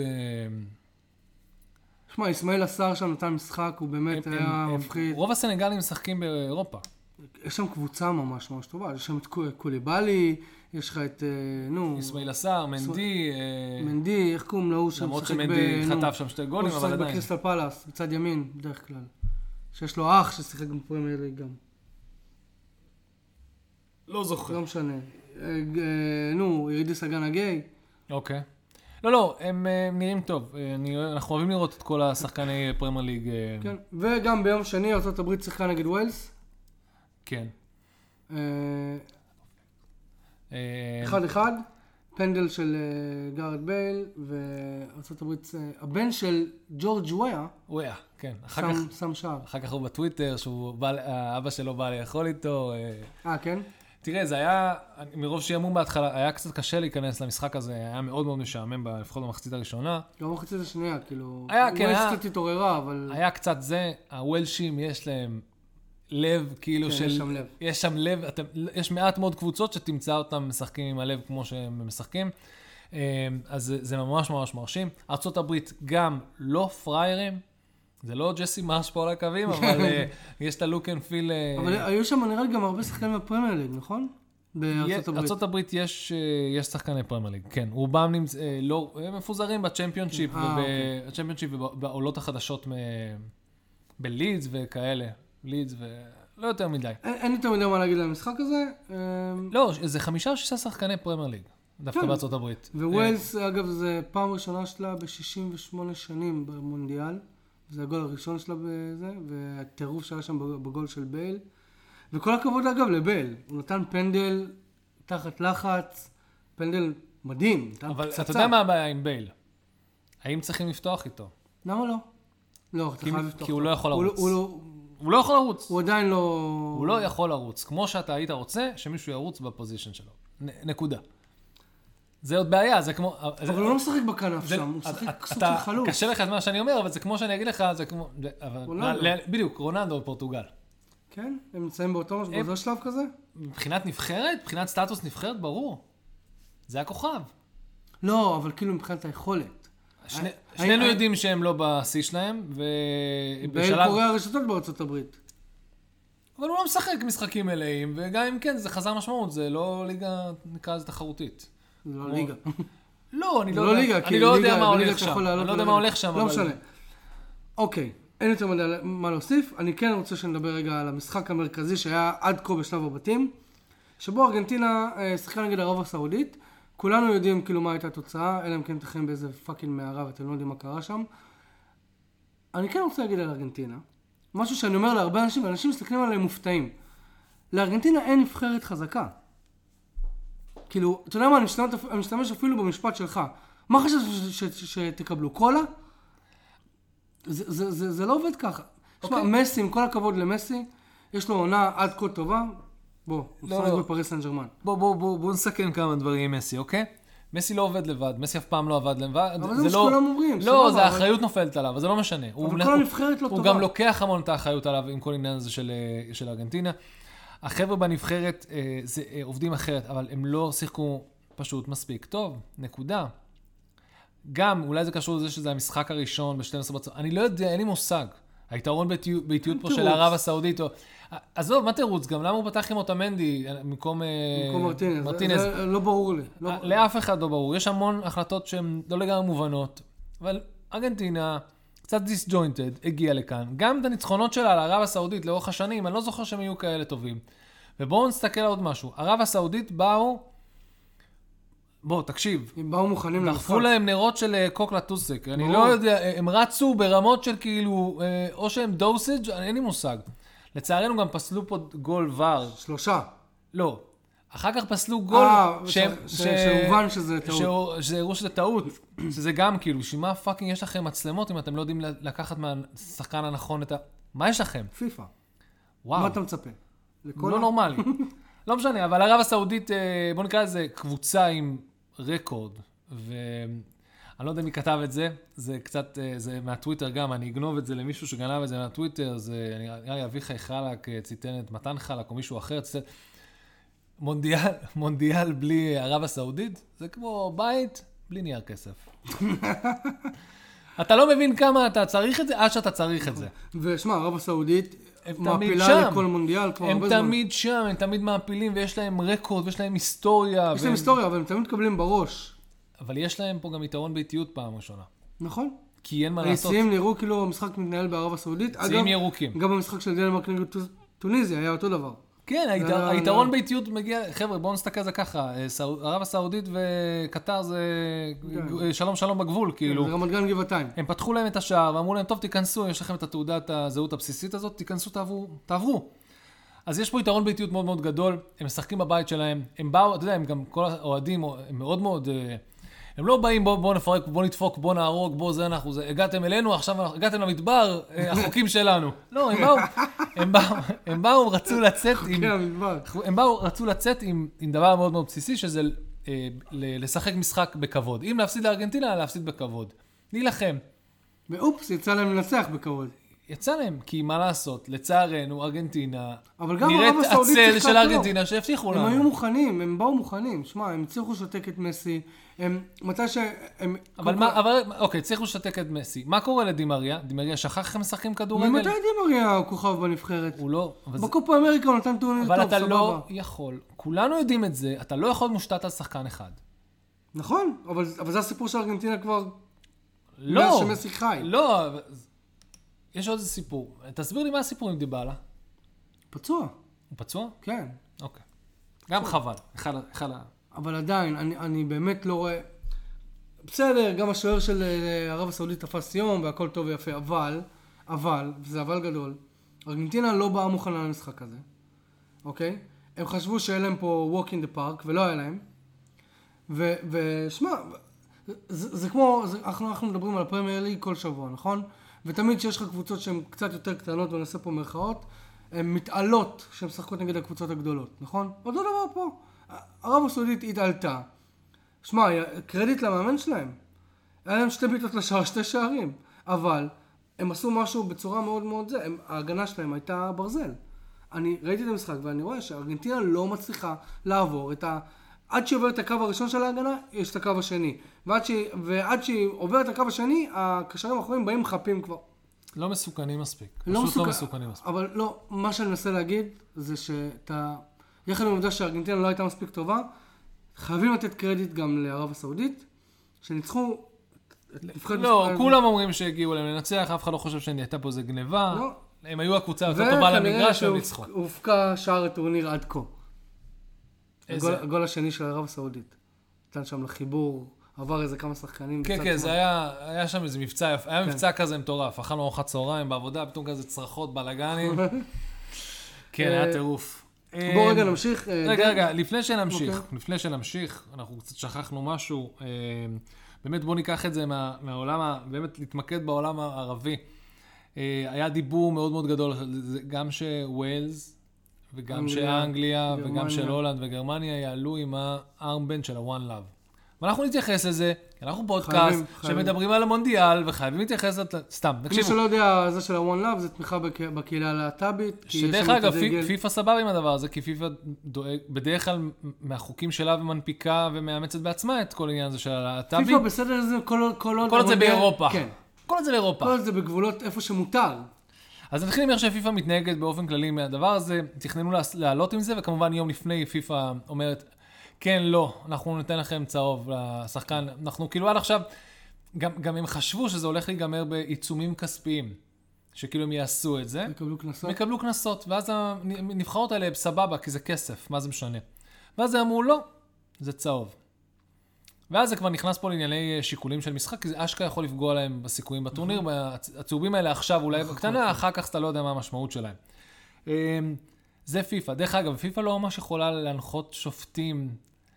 שמע, איסמאעיל עשר שם נתן משחק, הוא באמת היה מפחיד. רוב הסנגלים משחקים באירופה. יש שם קבוצה ממש ממש טובה, יש שם את קוליבאלי, יש לך את, נו... איסמאעיל עשר, מנדי... מנדי, איך קוראים לו? למרות שמנדי חטף שם שתי גולים, אבל עדיין. בקריסטל פלאס, בצד ימין, בדרך כלל. שיש לו אח ששיחק גם פרמייר ליג גם. לא זוכר. לא משנה. נו, ירידיס אגן הגיי. אוקיי. לא, לא, הם נראים טוב. אנחנו אוהבים לראות את כל השחקני פרמייר ליג. כן, וגם ביום שני ארצות הברית שיחקה נגד ווילס. כן. אחד אחד, פנדל של גארד בייל, וארצות הברית, הבן של ג'ורג' וויה. וויה, כן. שם שער. אחר כך הוא בטוויטר, שהאבא שלו בא לאכול איתו. אה, כן? תראה, זה היה, מרוב שימום בהתחלה, היה קצת קשה להיכנס למשחק הזה, היה מאוד מאוד משעמם, לפחות במחצית הראשונה. גם במחצית השנייה, כאילו... היה, כן, היה... קצת התעוררה, אבל... היה קצת זה, הוולשים יש להם לב, כאילו של... כן, יש שם לב. יש שם לב, אתם, יש מעט מאוד קבוצות שתמצא אותם משחקים עם הלב כמו שהם משחקים, אז זה, זה ממש ממש מרשים. ארצות הברית גם לא פריירים, זה לא ג'סי מרש פה על הקווים, אבל יש את הלוק אנד פיל... אבל היו שם נראה לי גם הרבה שחקנים בפרמייר ליג, נכון? בארצות הברית. בארצות הברית יש שחקני פרמייר ליג, כן. רובם הם מפוזרים בצ'מפיונשיפ, ובצ'מפיונשיפ ובעולות החדשות בלידס וכאלה. לידס ולא יותר מדי. אין יותר מדי מה להגיד על המשחק הזה. לא, זה חמישה או שישה שחקני פרמייר ליג, דווקא בארצות הברית. ווילס, אגב, זה פעם ראשונה שלה ב-שישים ושמונה שנים במונדיאל. זה הגול הראשון שלה בזה, והטירוף שהיה שם בגול של בייל. וכל הכבוד אגב לבייל, הוא נתן פנדל תחת לחץ, פנדל מדהים. אבל אתה יודע מה הבעיה עם בייל? האם צריכים לפתוח איתו? למה לא? לא, אתה חייב לפתוח. כי הוא לא יכול לרוץ. הוא לא יכול לרוץ. הוא עדיין לא... הוא לא יכול לרוץ. כמו שאתה היית רוצה, שמישהו ירוץ בפוזישן שלו. נקודה. זה עוד בעיה, זה כמו... אבל הוא לא משחק בכנף שם, הוא משחק סוג של חלוץ. קשה לך את מה שאני אומר, אבל זה כמו שאני אגיד לך, זה כמו... בדיוק, רונלדו בפורטוגל. כן? הם נמצאים באותו שלב כזה? מבחינת נבחרת, מבחינת סטטוס נבחרת, ברור. זה הכוכב. לא, אבל כאילו מבחינת היכולת. שנינו יודעים שהם לא בשיא שלהם, בייל קורא הרשתות בארצות הברית. אבל הוא לא משחק משחקים מלאים, וגם אם כן, זה חזר משמעות, זה לא ליגה, נקרא לזה תחרותית. זה לא ליגה. לא, אני לא יודע מה הולך שם. אני לא יודע מה הולך שם. לא משנה. אוקיי, אין יותר מה להוסיף. אני כן רוצה שנדבר רגע על המשחק המרכזי שהיה עד כה בשלב הבתים, שבו ארגנטינה שיחקה נגד ערב הסעודית. כולנו יודעים כאילו מה הייתה התוצאה, אלא אם כן תחיים באיזה פאקינג מערב, אתם לא יודעים מה קרה שם. אני כן רוצה להגיד על ארגנטינה, משהו שאני אומר להרבה אנשים, ואנשים מסתכלים עליהם מופתעים. לארגנטינה אין נבחרת חזקה. כאילו, אתה יודע מה, אני משתמש אפילו במשפט שלך. מה חשבת שתקבלו? קולה? זה לא עובד ככה. תשמע, מסי, עם כל הכבוד למסי, יש לו עונה עד כה טובה. בוא, הוא שחק בפריס סן ז'רמן. בוא, בוא, בוא, בוא נסכם כמה דברים עם מסי, אוקיי? מסי לא עובד לבד, מסי אף פעם לא עבד לבד. אבל זה מה שכולם אומרים. לא, זה האחריות נופלת עליו, אבל זה לא משנה. אבל כל הנבחרת לא טובה. הוא גם לוקח המון את האחריות עליו עם כל עניין הזה של ארגנטינה. החבר'ה בנבחרת זה עובדים אחרת, אבל הם לא שיחקו פשוט מספיק טוב, נקודה. גם, אולי זה קשור לזה שזה המשחק הראשון ב-שתים עשרה בצהריים. אני לא יודע, אין לי מושג. היתרון באיטיות פה של ערב הסעודית. עזוב, מה תירוץ? גם למה הוא פתח עם אוטמנדי במקום מרטינז? זה לא ברור לי. לאף אחד לא ברור. יש המון החלטות שהן לא לגמרי מובנות, אבל ארגנטינה קצת דיסג'וינטד הגיעה לכאן. גם את הניצחונות שלה על ערב הסעודית לאורך השנים, אני לא זוכר שהם יהיו כאלה טובים. ובואו נסתכל על עוד משהו. ערב הסעודית באו בוא, תקשיב. הם באו מוכנים למשחק. דחפו להם נרות של קוק לטוסק. אני לא יודע, הם רצו ברמות של כאילו, או שהם דוסג', אין לי מושג. לצערנו גם פסלו פה גול ור. שלושה. לא. אחר כך פסלו גול שהובן שזה טעות. שזה הראו שזה טעות. שזה גם כאילו, שמה פאקינג יש לכם מצלמות אם אתם לא יודעים לקחת מהשחקן הנכון את ה... מה יש לכם? פיפה. וואו. מה אתה מצפה? לא נורמלי. לא משנה, אבל ערב הסעודית, בוא נקרא לזה קבוצה עם רקורד, ואני לא יודע מי כתב את זה, זה קצת, זה מהטוויטר גם, אני אגנוב את זה למישהו שגנב את זה מהטוויטר, זה נראה לי אביחי חלק, ציטן את מתן חלק או מישהו אחר, ציטן, מונדיאל, מונדיאל בלי ערב הסעודית, זה כמו בית בלי נייר כסף. אתה לא מבין כמה אתה צריך את זה, עד שאתה צריך את זה. ושמע, ערב הסעודית מעפילה לכל מונדיאל כבר הרבה זמן. הם תמיד שם, הם תמיד מעפילים, ויש להם רקורד, ויש להם היסטוריה. יש להם היסטוריה, אבל הם תמיד מקבלים בראש. אבל יש להם פה גם יתרון באיטיות פעם ראשונה. נכון. כי אין מה לעשות. היציאים נראו כאילו המשחק מתנהל בערב הסעודית. היציאים ירוקים. גם במשחק של דנמרק נגד טוניזיה היה אותו דבר. כן, היתרון באיטיות מגיע, חבר'ה, בואו נסתכל על זה ככה, ערב הסעודית וקטר זה שלום שלום בגבול, כאילו. זה רמת גן גבעתיים. הם פתחו להם את השער ואמרו להם, טוב, תיכנסו, יש לכם את התעודת הזהות הבסיסית הזאת, תיכנסו, תעברו. אז יש פה יתרון באיטיות מאוד מאוד גדול, הם משחקים בבית שלהם, הם באו, אתה יודע, הם גם כל האוהדים, הם מאוד מאוד, הם לא באים, בואו בוא נפרק, בואו נדפוק, בואו נהרוג, בואו זה אנחנו, זה, הגעתם אלינו, עכשיו הגעתם למדבר, החוקים שלנו. לא, הם באו, הם באו, הם באו, רצו לצאת עם, הם באו, רצו לצאת עם, עם דבר מאוד מאוד בסיסי, שזה אה, לשחק משחק בכבוד. אם להפסיד לארגנטינה, להפסיד בכבוד. להילחם. ואופס, יצא להם לנצח בכבוד. יצא להם, כי מה לעשות, לצערנו, ארגנטינה, נראית הצל של ארגנטינה שהבטיחו לנו. הם היו מוכנים, הם באו מוכנים. שמע, הם צריכו לשתק את מסי, הם, מתי שהם... אבל מה, אבל, אוקיי, צריכו לשתק את מסי. מה קורה לדימריה? דימריה שכח איך משחקים כדורגל? ממתי דימריה הוא כוכב בנבחרת? הוא לא. בקופה אמריקה הוא נתן טורניר טוב, סבבה. אבל אתה לא יכול, כולנו יודעים את זה, אתה לא יכול מושתת על שחקן אחד. נכון, אבל, אבל זה הסיפור של ארגנטינה כבר... לא. שמסי חי. לא, יש עוד איזה סיפור. תסביר לי מה הסיפור עם דיבאלה. פצוע. הוא פצוע? כן. אוקיי. גם חבל. אחד, אחד... אבל עדיין, אני, אני באמת לא רואה... בסדר, גם השוער של ערב הסעודית תפס יום, והכל טוב ויפה, אבל, אבל, וזה אבל גדול, ארגנטינה לא באה מוכנה למשחק הזה. אוקיי? הם חשבו שהיה להם פה walk in the park, ולא היה להם. ו, ושמע, זה, זה כמו, זה, אנחנו, אנחנו מדברים על הפרמייר ליג כל שבוע, נכון? ותמיד שיש לך קבוצות שהן קצת יותר קטנות, ונעשה פה מרכאות, הן מתעלות שהן משחקות נגד הקבוצות הגדולות, נכון? אותו דבר פה. ערב הסעודית התעלתה. שמע, קרדיט למאמן שלהם. היה להם שתי ביטות לשער, שתי שערים. אבל הם עשו משהו בצורה מאוד מאוד זה. הם, ההגנה שלהם הייתה ברזל. אני ראיתי את המשחק ואני רואה שארגנטינה לא מצליחה לעבור את ה... עד שהיא עוברת את הקו הראשון של ההגנה, יש את הקו השני. ועד שהיא, ועד שהיא עוברת את הקו השני, הקשרים האחוריים באים מחפים כבר. לא מסוכנים מספיק. לא פשוט מסוכ... לא מסוכנים מספיק. אבל לא, מה שאני מנסה להגיד זה שאתה... יחד עם העובדה שארגנטינה לא הייתה מספיק טובה, חייבים לתת קרדיט גם לערב הסעודית, שניצחו... לא, כולם אומרים שהגיעו להם לנצח, אף אחד לא חושב שהייתה פה איזה גניבה. לא. הם היו הקבוצה יותר טובה למגרש והם ניצחו. וכנראה שהופקע שער הטורניר עד כה. הגול, הגול השני של ערב הסעודית. נתן שם לחיבור, עבר איזה כמה שחקנים. כן, כן, זה היה, היה שם איזה מבצע, היה מבצע כזה מטורף. אכלנו ארוחת צהריים בעבודה, פתאום כזה צרחות, בלגנים. כן, היה טירוף. בואו רגע נמשיך. רגע, רגע, לפני שנמשיך, לפני שנמשיך, אנחנו קצת שכחנו משהו. באמת בואו ניקח את זה מהעולם, באמת להתמקד בעולם הערבי. היה דיבור מאוד מאוד גדול, גם שווילס, וגם של אנגליה, וגם של הולנד וגרמניה יעלו עם הארמבנד של ה-One Love. ואנחנו נתייחס לזה, כי אנחנו פודקאסט שמדברים על המונדיאל, וחייבים להתייחס לזה, סתם, נקשיבו. מי שלא יודע, זה של ה-One Love, זה תמיכה בקהילה הלהט"בית. שדרך אגב, פיפה סבבה עם הדבר הזה, כי פיפה בדרך כלל מהחוקים שלה ומנפיקה ומאמצת בעצמה את כל העניין הזה של הלהט"בית. פיפה בסדר זה כל עוד... כל עוד זה באירופה. כן. כל עוד זה באירופה. כל עוד זה בגבולות איפה שמותר. אז נתחיל למר שפיפה מתנהגת באופן כללי מהדבר הזה, תכננו לעלות עם זה, וכמובן יום לפני פיפה אומרת, כן, לא, אנחנו ניתן לכם צהוב לשחקן, אנחנו כאילו עד עכשיו, גם, גם הם חשבו שזה הולך להיגמר בעיצומים כספיים, שכאילו הם יעשו את זה. מקבלו כנסות. מקבלו כנסות, ואז הנבחרות האלה סבבה, כי זה כסף, מה זה משנה. ואז הם אמרו, לא, זה צהוב. ואז זה כבר נכנס פה לענייני שיקולים של משחק, כי זה אשכרה יכול לפגוע להם בסיכויים בטורניר, הצהובים האלה עכשיו אולי בקטנה, אחר כך אתה לא יודע מה המשמעות שלהם. זה פיפה. דרך אגב, פיפה לא ממש יכולה להנחות שופטים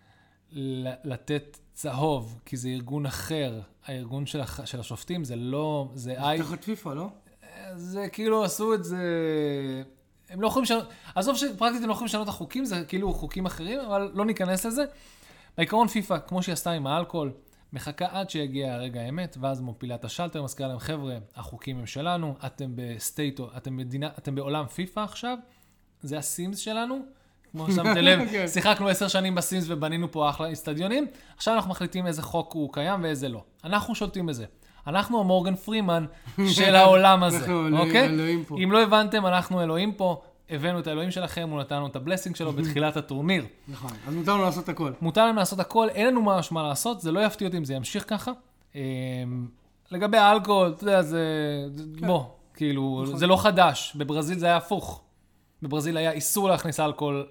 לתת צהוב, כי זה ארגון אחר. הארגון של, הח... של השופטים זה לא... זה זה תחת פיפה, לא? זה כאילו עשו את זה... הם לא יכולים לשנות... עזוב שפרקטית הם לא יכולים לשנות את החוקים, זה כאילו חוקים אחרים, אבל לא ניכנס לזה. בעיקרון פיפה, כמו שהיא עשתה עם האלכוהול, מחכה עד שיגיע הרגע האמת, ואז מופילה את השלטר, מזכירה להם, חבר'ה, החוקים הם שלנו, אתם בסטייטו, אתם מדינה, אתם בעולם פיפה עכשיו, זה הסימס שלנו, כמו ששמת לב, שיחקנו עשר שנים בסימס ובנינו פה אחלה אצטדיונים, עכשיו אנחנו מחליטים איזה חוק הוא קיים ואיזה לא. אנחנו שולטים בזה. אנחנו המורגן פרימן של העולם הזה, אוקיי? אם לא הבנתם, אנחנו אלוהים פה, הבאנו את האלוהים שלכם, הוא נתנו את הבלסינג שלו בתחילת הטורניר. נכון, אז מותר לנו לעשות הכל. מותר לנו לעשות הכל, אין לנו ממש מה לעשות, זה לא יפתיע אותי אם זה ימשיך ככה. לגבי האלכוהול, אתה יודע, זה... בוא, כאילו, זה לא חדש. בברזיל זה היה הפוך. בברזיל היה איסור להכניס אלכוהול...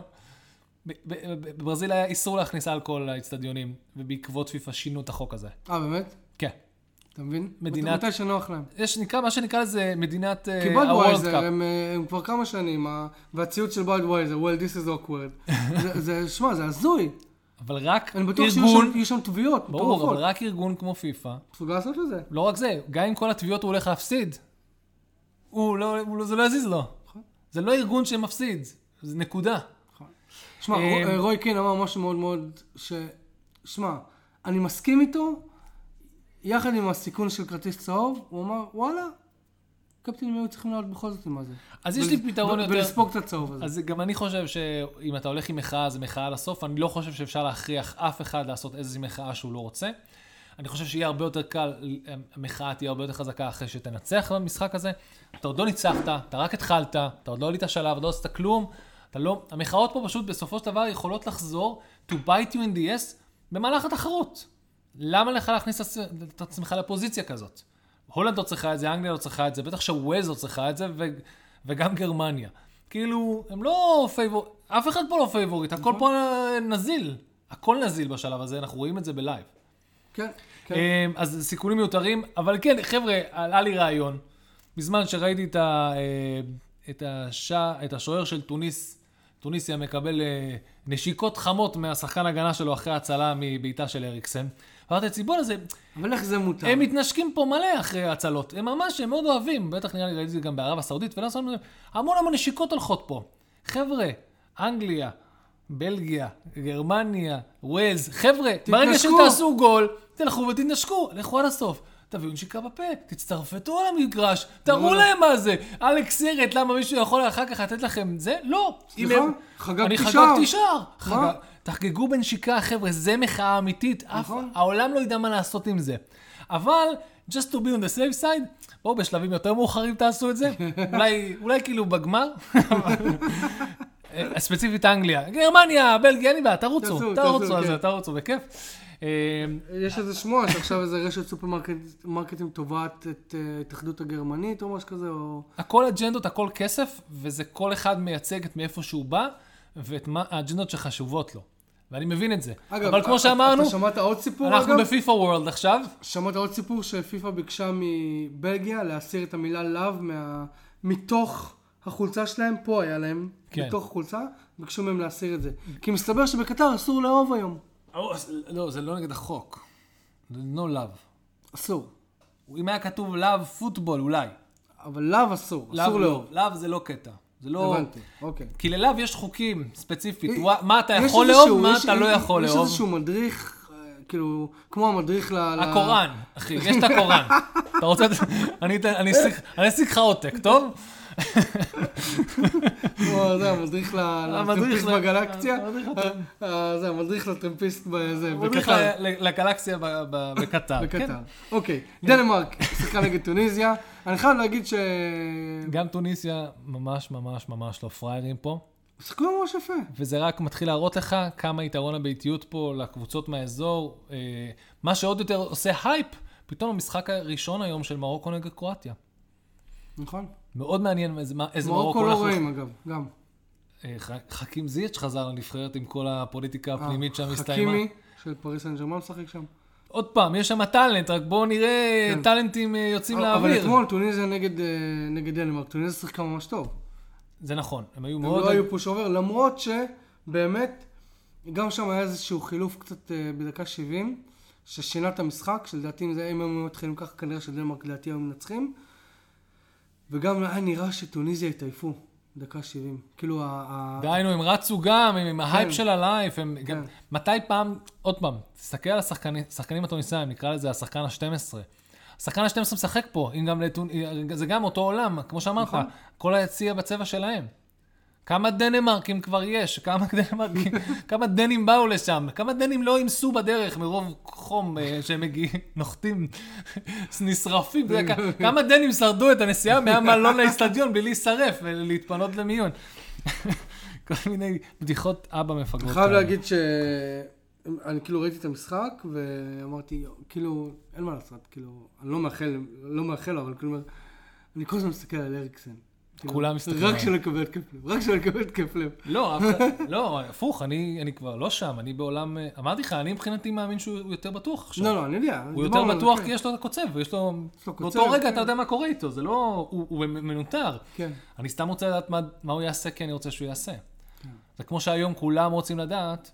בברזיל היה איסור להכניס אלכוהול לאצטדיונים, ובעקבות פיפה שינו את החוק הזה. אה, באמת? כן. אתה מבין? מדינת... מתי שנוח להם. יש נקרא, מה שנקרא לזה מדינת כי בודווייזר, הם, הם כבר כמה שנים, והציוד של בודווייזר, well, this is awkward. זה, זה, שמה, זה הזוי. אבל רק אני בטוח ארגון... שיהיו שם תביעות. ברור, אבל רק ארגון כמו פיפה. תפוגע לעשות את זה. לא רק זה, גם עם כל התביעות הוא הולך להפסיד. הוא לא, הוא לא, זה לא יזיז לו. זה לא ארגון שמפסיד, זה נקודה. שמע, רוי קין אמר משהו מאוד מאוד, ש... שמע, אני מסכים איתו, יחד עם הסיכון של כרטיס צהוב, הוא אמר, וואלה, קפטנים היו צריכים לעלות בכל זאת עם זה. אז יש לי פתרון יותר... ולספוג את הצהוב הזה. אז גם אני חושב שאם אתה הולך עם מחאה, זה מחאה לסוף. אני לא חושב שאפשר להכריח אף אחד לעשות איזושהי מחאה שהוא לא רוצה. אני חושב שיהיה הרבה יותר קל, המחאה תהיה הרבה יותר חזקה אחרי שתנצח במשחק הזה. אתה עוד לא ניצחת, אתה רק התחלת, אתה עוד לא עלית שלב, עוד לא עשית כלום. אתה לא... המחאות פה פשוט בסופו של דבר יכולות לחזור to bite you in the ass במהלך התחרות. למה לך להכניס את עצמך לפוזיציה כזאת? הולנד לא צריכה את זה, אנגליה לא צריכה את זה, בטח שווייז לא צריכה את זה, ו... וגם גרמניה. כאילו, הם לא פייבורית, אף אחד פה לא פייבורית, הכל פה נזיל. הכל נזיל בשלב הזה, אנחנו רואים את זה בלייב. כן, כן. אז סיכונים מיותרים, אבל כן, חבר'ה, עלה לי רעיון. בזמן שראיתי את, ה... את, השע... את השוער של טוניס, טוניסיה מקבל נשיקות חמות מהשחקן הגנה שלו אחרי הצלה מבעיטה של אריקסן. אמרתי את סיבון הזה, אבל איך זה מותר? הם מתנשקים פה מלא אחרי הצלות. הם ממש, הם מאוד אוהבים. בטח נראה לי, ראיתי את זה גם בערב הסעודית, ולא עושים המון המון נשיקות הולכות פה. חבר'ה, אנגליה, בלגיה, גרמניה, ווילס, חבר'ה, ברגע שתעשו גול, תלכו ותתנשקו, לכו עד הסוף. תביאו נשיקה בפה, תצטרפתו על המגרש, תראו להם מה זה. אלכס סרט, למה מישהו יכול אחר כך לתת לכם זה? לא. סליחה, חגגתי שער. אני חגגתי שער. תחגגו בנשיקה, חבר'ה, זה מחאה אמיתית. העולם לא ידע מה לעשות עם זה. אבל, just to be on the safe side, בואו בשלבים יותר מאוחרים תעשו את זה. אולי כאילו בגמר. ספציפית אנגליה. גרמניה, בלגיה, אין לי בעיה, תרוצו. תרוצו על זה, תרוצו, בכיף. יש איזה שמוע שעכשיו איזה רשת סופרמרקטים תובעת את התאחדות הגרמנית או משהו כזה, או... הכל אג'נדות, הכל כסף, וזה כל אחד מייצג את מאיפה שהוא בא, ואת האג'נדות שחשובות לו. ואני מבין את זה. אגב, אבל כמו שאמרנו, אתה שמעת עוד סיפור? אנחנו בפיפה וורלד עכשיו. שמעת עוד סיפור שפיפה ביקשה מבלגיה להסיר את המילה לאב מתוך החולצה שלהם, פה היה להם, מתוך החולצה, ביקשו מהם להסיר את זה. כי מסתבר שבקטר אסור לאהוב היום. לא, זה לא נגד החוק. זה no love. אסור. אם היה כתוב love football אולי. אבל לאב אסור, אסור לאהוב. לאב זה לא קטע. זה לא... הבנתי, אוקיי. כי ללאב יש חוקים ספציפית. מה אתה יכול לאהוב, מה אתה לא יכול לאהוב. יש איזשהו מדריך, כאילו, כמו המדריך ל... הקוראן, אחי, יש את הקוראן. אתה רוצה... אני אסיק לך עותק, טוב? זה המדריך לטרמפיסט בגלקסיה. זה המדריך לטרמפיסט בקטר. לגלקסיה בקטר. בקטר. אוקיי. דנמרק, שיחקה נגד טוניסיה. אני חייב להגיד ש... גם טוניסיה ממש ממש ממש לא פריירים פה. שיחקו ממש יפה. וזה רק מתחיל להראות לך כמה יתרון הביתיות פה לקבוצות מהאזור. מה שעוד יותר עושה הייפ, פתאום המשחק הראשון היום של מרוקו נגד קרואטיה. נכון. מאוד מעניין איזה מרוקו... מרוקו לא רואים אגב, גם. חכים זיץ' חזר לנבחרת עם כל הפוליטיקה הפנימית שם הסתיימה. חכימי, של פריס סן ז'רמן משחק שם. עוד פעם, יש שם טלנט, רק בואו נראה כן. טלנטים יוצאים אבל לאוויר. אבל אתמול טוניסיה נגד, נגד דנמרק, טוניסיה שיחקה ממש טוב. זה נכון, הם היו הם מאוד... הם לא היו פוש אובר, למרות שבאמת, גם שם היה איזשהו חילוף קצת בדקה שבעים, ששינה את המשחק, שלדעתי אם הם מתחילים ככה, כנראה שדנמרק לדעתי הם מנצחים, וגם היה נראה שטוניסיה התעייפו. דקה שבעים. כאילו ה... דיינו, הם רצו גם, הם עם ההייפ של הלייף, הם גם... מתי פעם, עוד פעם, תסתכל על השחקנים הטוניסאים, נקרא לזה השחקן ה-שתים עשרה. השחקן ה-שתים עשרה משחק פה, זה גם אותו עולם, כמו שאמרת, כל היציע בצבע שלהם. כמה דנמרקים כבר יש, כמה דנמרקים, כמה דנים באו לשם, כמה דנים לא ימסו בדרך מרוב חום שהם מגיעים, נוחתים, נשרפים, כמה דנים שרדו את הנסיעה מהמלון לאסטדיון בלי להישרף ולהתפנות למיון. כל מיני בדיחות אבא מפגרות. אני חייב להגיד שאני כאילו ראיתי את המשחק ואמרתי, כאילו, אין מה לעשות, כאילו, אני לא מאחל, לא מאחל, אבל כאילו, אני כל הזמן מסתכל על אריקסן. כולם מסתכלים. רק שלא יקבל התקף לב, רק שלא יקבל התקף לב. לא, לא, הפוך, אני, אני כבר לא שם, אני בעולם, אמרתי לך, אני מבחינתי מאמין שהוא יותר בטוח עכשיו. לא, לא, אני יודע. הוא יותר בטוח כי יש לו את הקוצב, ויש לו, באותו רגע אתה יודע מה קורה איתו, זה לא, הוא מנותר. כן. אני סתם רוצה לדעת מה הוא יעשה, כי אני רוצה שהוא יעשה. זה כמו שהיום כולם רוצים לדעת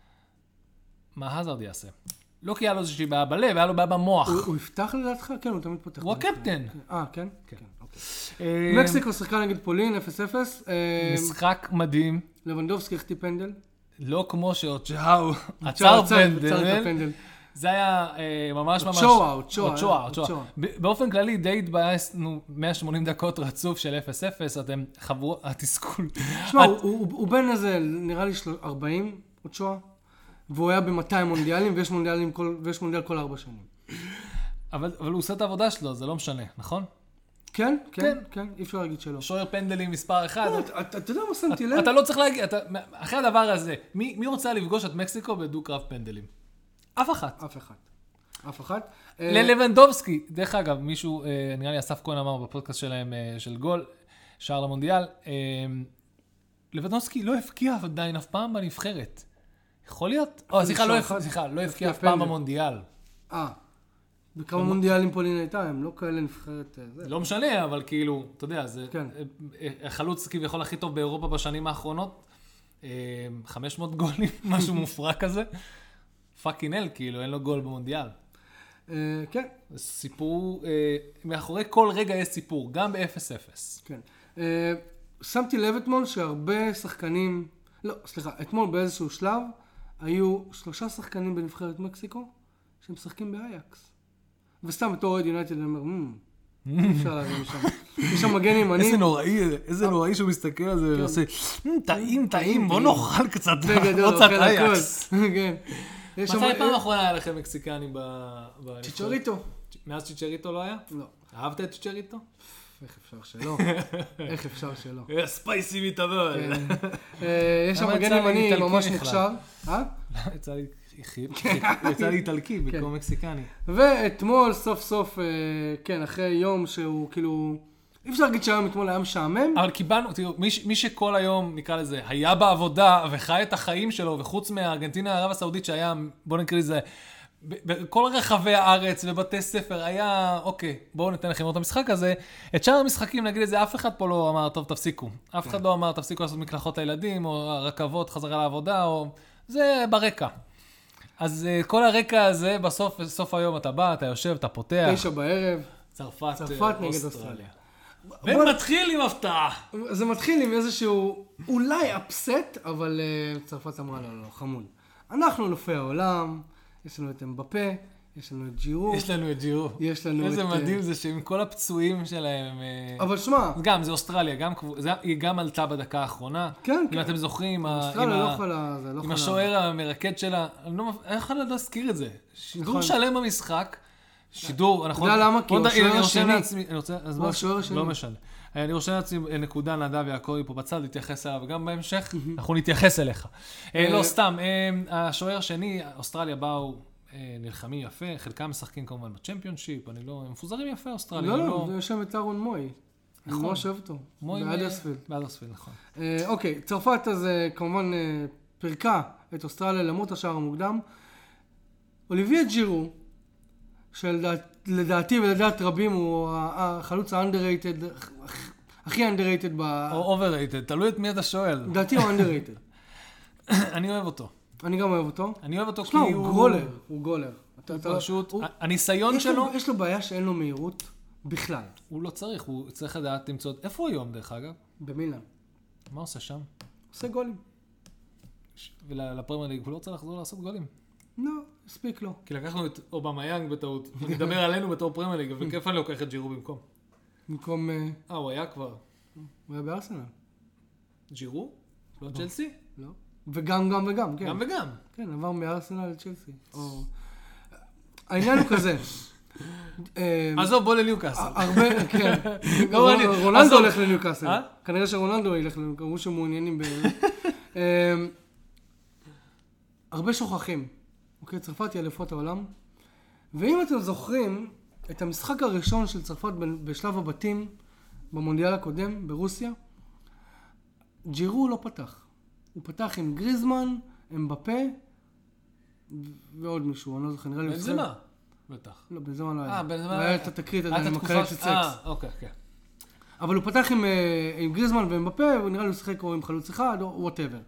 מה הזרד יעשה. לא כי היה לו איזושהי בעיה בלב, היה לו בעיה במוח. הוא יפתח לדעתך? כן, הוא תמיד פותח. הוא הקפטן. אה, כן? כן. מקסיקו שחקה נגד פולין, אפס אפס. משחק מדהים. לבנדובסקי החטיא פנדל. לא כמו שאוצ'או עצר פנדל. זה היה ממש ממש... אוצ'ואה, אוצ'ואה. אוצ'ואה. באופן כללי די התבאסנו מאה ושמונים דקות רצוף של אפס אפס, אתם חברו, התסכול. תשמע, הוא בין איזה, נראה לי ארבעים, אוצ'ואה, והוא היה ב-מאתיים מונדיאלים, ויש מונדיאל כל ארבע שנים. אבל הוא עושה את העבודה שלו, זה לא משנה, נכון? כן, כן, כן, אי אפשר להגיד שלא. שוער פנדלים מספר אחד. אתה יודע מה שמתי לב? אתה לא צריך להגיד, אחרי הדבר הזה, מי רוצה לפגוש את מקסיקו בדו קרב פנדלים? אף אחת. אף אחת. אף אחת. ללבנדובסקי, דרך אגב, מישהו, נראה לי אסף כהן אמר בפודקאסט שלהם של גול, שער למונדיאל, לבנדובסקי לא הפקיע עדיין אף פעם בנבחרת. יכול להיות? או, סליחה, לא הפקיע אף פעם במונדיאל. אה. וכמה מונדיאלים פולין הייתה, הם לא כאלה נבחרת... לא משנה, אבל כאילו, אתה יודע, זה החלוץ כביכול הכי טוב באירופה בשנים האחרונות, חמש מאות גולים, משהו מופרע כזה. פאקינג אל, כאילו, אין לו גול במונדיאל. כן. סיפור, מאחורי כל רגע יש סיפור, גם ב-אפס אפס. כן. שמתי לב אתמול שהרבה שחקנים, לא, סליחה, אתמול באיזשהו שלב, היו שלושה שחקנים בנבחרת מקסיקו, שמשחקים באייקס. וסתם בתור אוהד יונייטד אני אומר, אי אפשר להביא משם. יש שם מגן ימני. איזה נוראי, איזה נוראי שהוא מסתכל על זה ועושה, טעים, טעים, בוא נאכל קצת. בוא קצת אייקס. מתי פעם האחרונה היה לכם מקסיקני בנבחרת? צ'יצ'ריטו. מאז צ'יצ'ריטו לא היה? לא. אהבת את צ'יצ'ריטו? איך אפשר שלא? איך אפשר שלא? ספייסי מתאבל. יש שם מגן ימני ממש מוכשר. אה? יצא לי... יצא לי איטלקי במקום מקסיקני. ואתמול סוף סוף, כן, אחרי יום שהוא כאילו, אי אפשר להגיד שהיום אתמול היה משעמם. אבל קיבלנו, תראו, מי שכל היום, נקרא לזה, היה בעבודה וחי את החיים שלו, וחוץ מהארגנטינה הערב הסעודית שהיה, בוא נקרא לזה, בכל רחבי הארץ ובתי ספר היה, אוקיי, בואו ניתן לכם את המשחק הזה. את שאר המשחקים, נגיד את זה, אף אחד פה לא אמר, טוב, תפסיקו. אף אחד לא אמר, תפסיקו לעשות מקלחות לילדים, או רכבות חזרה לעבודה, או... זה ברקע. אז כל הרקע הזה, בסוף, בסוף היום אתה בא, אתה יושב, אתה פותח. תשע בערב. צרפת, צרפת נגד אוסטרליה. ומתחיל עם הפתעה. זה מתחיל עם איזשהו, אולי אפסט, אבל צרפת אמרה לו, לא, חמוד. אנחנו אלופי העולם, יש לנו את אמבפה, יש לנו את ג'ירו. יש לנו את ג'ירו. יש לנו איזה את... מדהים זה שעם כל הפצועים שלהם... אבל שמה... גם, זה אוסטרליה, גם, זה, היא גם עלתה בדקה האחרונה. כן, אם כן. אתם זוכרים, אוסטרליה לא יכולה, זה לא עם יכולה. השוער המרקד שלה, אני לא יכול להזכיר את זה. שידור שלם במשחק, שידור, אנחנו... אתה יודע למה? כי הוא השוער השני. הוא השוער השני. לא משנה. אני רוצה לעצמי נקודה נדב יעקבי פה בצד, להתייחס אליו, וגם בהמשך אנחנו נתייחס אליך. לא, סתם, השוער השני, אוסטרליה באו נלחמים יפה, חלקם משחקים כמובן בצ'מפיונשיפ, אני לא, הם מפוזרים יפה אוסטרליה. לא, לא, יש שם את ארון מוי. נכון. אני ממש אוהב אותו. מוי באדרספילד. באדרספילד, נכון. אוקיי, צרפת אז כמובן פרקה את אוסטרליה למרות השער המוקדם. אוליביה ג'ירו, שלדעתי ולדעת רבים הוא החלוץ ה-underrated, הכי underrated ב... או overrated, תלוי את מי אתה שואל. לדעתי הוא underrated. אני אוהב אותו. אני גם אוהב אותו. אני אוהב אותו כי הוא... הוא גולר, הוא גולר. פשוט, הניסיון שלו... יש לו בעיה שאין לו מהירות בכלל. הוא לא צריך, הוא צריך לדעת למצוא... איפה הוא היום דרך אגב? במילאן. מה עושה שם? עושה גולים. ולפרמייר ליג, הוא לא רוצה לחזור לעשות גולים. לא, הספיק לו. כי לקחנו את אובמייאנג בטעות, נדבר עלינו בתור פרמייר ליג, וכיף אני לוקח את ג'ירו במקום. במקום... אה, הוא היה כבר. הוא היה בארסנל. ג'ירו? לא צ'לסי? לא. וגם, גם וגם, כן. גם וגם. כן, עבר מארסנל לצ'לסי. העניין הוא כזה. עזוב, בוא לניוקאסל. הרבה, כן. רונלדו הולך לניוקאסל. כנראה שרונלדו ילך לניוקאסל, אמרו שמעוניינים ב... הרבה שוכחים. אוקיי, צרפת היא אלופת העולם. ואם אתם זוכרים את המשחק הראשון של צרפת בשלב הבתים במונדיאל הקודם ברוסיה, ג'ירו לא פתח. הוא פתח עם גריזמן, אמבפה ועוד מישהו, אני לא זוכר, נראה לי... בנזמה, בטח. לא, בנזמה לא היה. אה, בנזמה... היה את התקרית, אני מקראת את סקס. אה, אוקיי, כן. אבל הוא פתח עם, עם גריזמן ואמבפה, ונראה לי הוא שחק או עם חלוץ אחד, או whatever.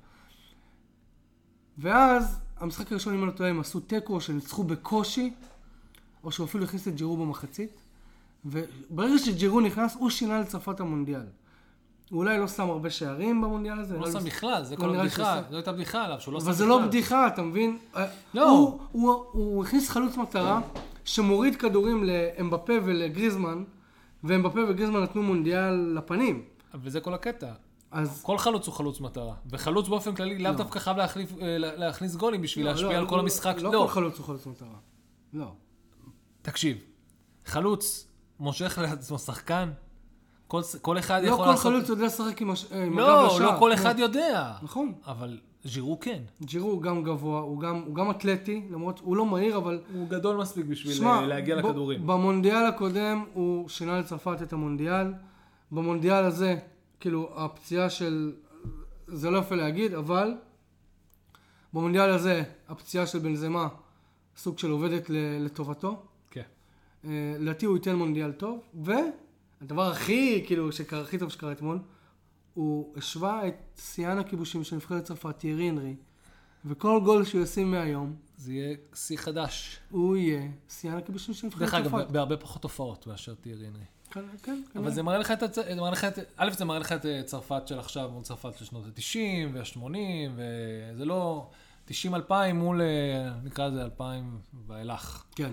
ואז, המשחק הראשון, אם אני לא טועה, הם עשו טקו, שניצחו בקושי, או שהוא אפילו הכניס את ג'ירו במחצית. וברגע שג'ירו נכנס, הוא שינה לצרפת המונדיאל. הוא אולי לא שם הרבה שערים במונדיאל הזה. הוא לא שם בכלל, זה כל הבדיחה. זו הייתה בדיחה עליו, שהוא לא שם בכלל. אבל זה לא בדיחה, אתה מבין? לא. הוא הכניס חלוץ מטרה, שמוריד כדורים לאמבפה ולגריזמן, ואמבפה וגריזמן נתנו מונדיאל לפנים. וזה כל הקטע. אז... כל חלוץ הוא חלוץ מטרה. וחלוץ באופן כללי, לאו דווקא חייב להכניס גולים בשביל להשפיע על כל המשחק. לא כל חלוץ הוא חלוץ מטרה. לא. תקשיב, חלוץ מושך לעצמו שחקן, כל, כל אחד לא יכול כל לעשות... חלוץ יודע לשחק עם, הש... לא, עם הגב לשער. לא כל אחד יודע. נכון. אבל ג'ירו כן. ג'ירו הוא גם גבוה, הוא גם, הוא גם אתלטי, למרות הוא לא מהיר, אבל... הוא גדול מספיק בשביל שמה, להגיע ב... לכדורים. במונדיאל הקודם הוא שינה לצרפת את המונדיאל. במונדיאל הזה, כאילו, הפציעה של... זה לא יפה להגיד, אבל... במונדיאל הזה, הפציעה של בנזמה, סוג של עובדת לטובתו. כן. לדעתי הוא ייתן מונדיאל טוב, והדבר הכי, כאילו, שקרה, הכי טוב שקרה אתמול, הוא השווה את שיאן הכיבושים של נבחרת צרפת, תיארי אנרי, וכל גול שהוא ישים מהיום, זה יהיה שיא חדש. הוא יהיה שיאן הכיבושים של נבחרת צרפת. דרך אגב, בהרבה פחות הופעות מאשר תיארי אנרי. כן, כן. אבל זה מראה לך את, זה מראה לך את, א', זה מראה לך את צרפת של עכשיו מול צרפת של שנות ה-תשעים וה-שמונים, וזה לא תשעים אלפיים מול, נקרא לזה אלפיים ואילך. כן.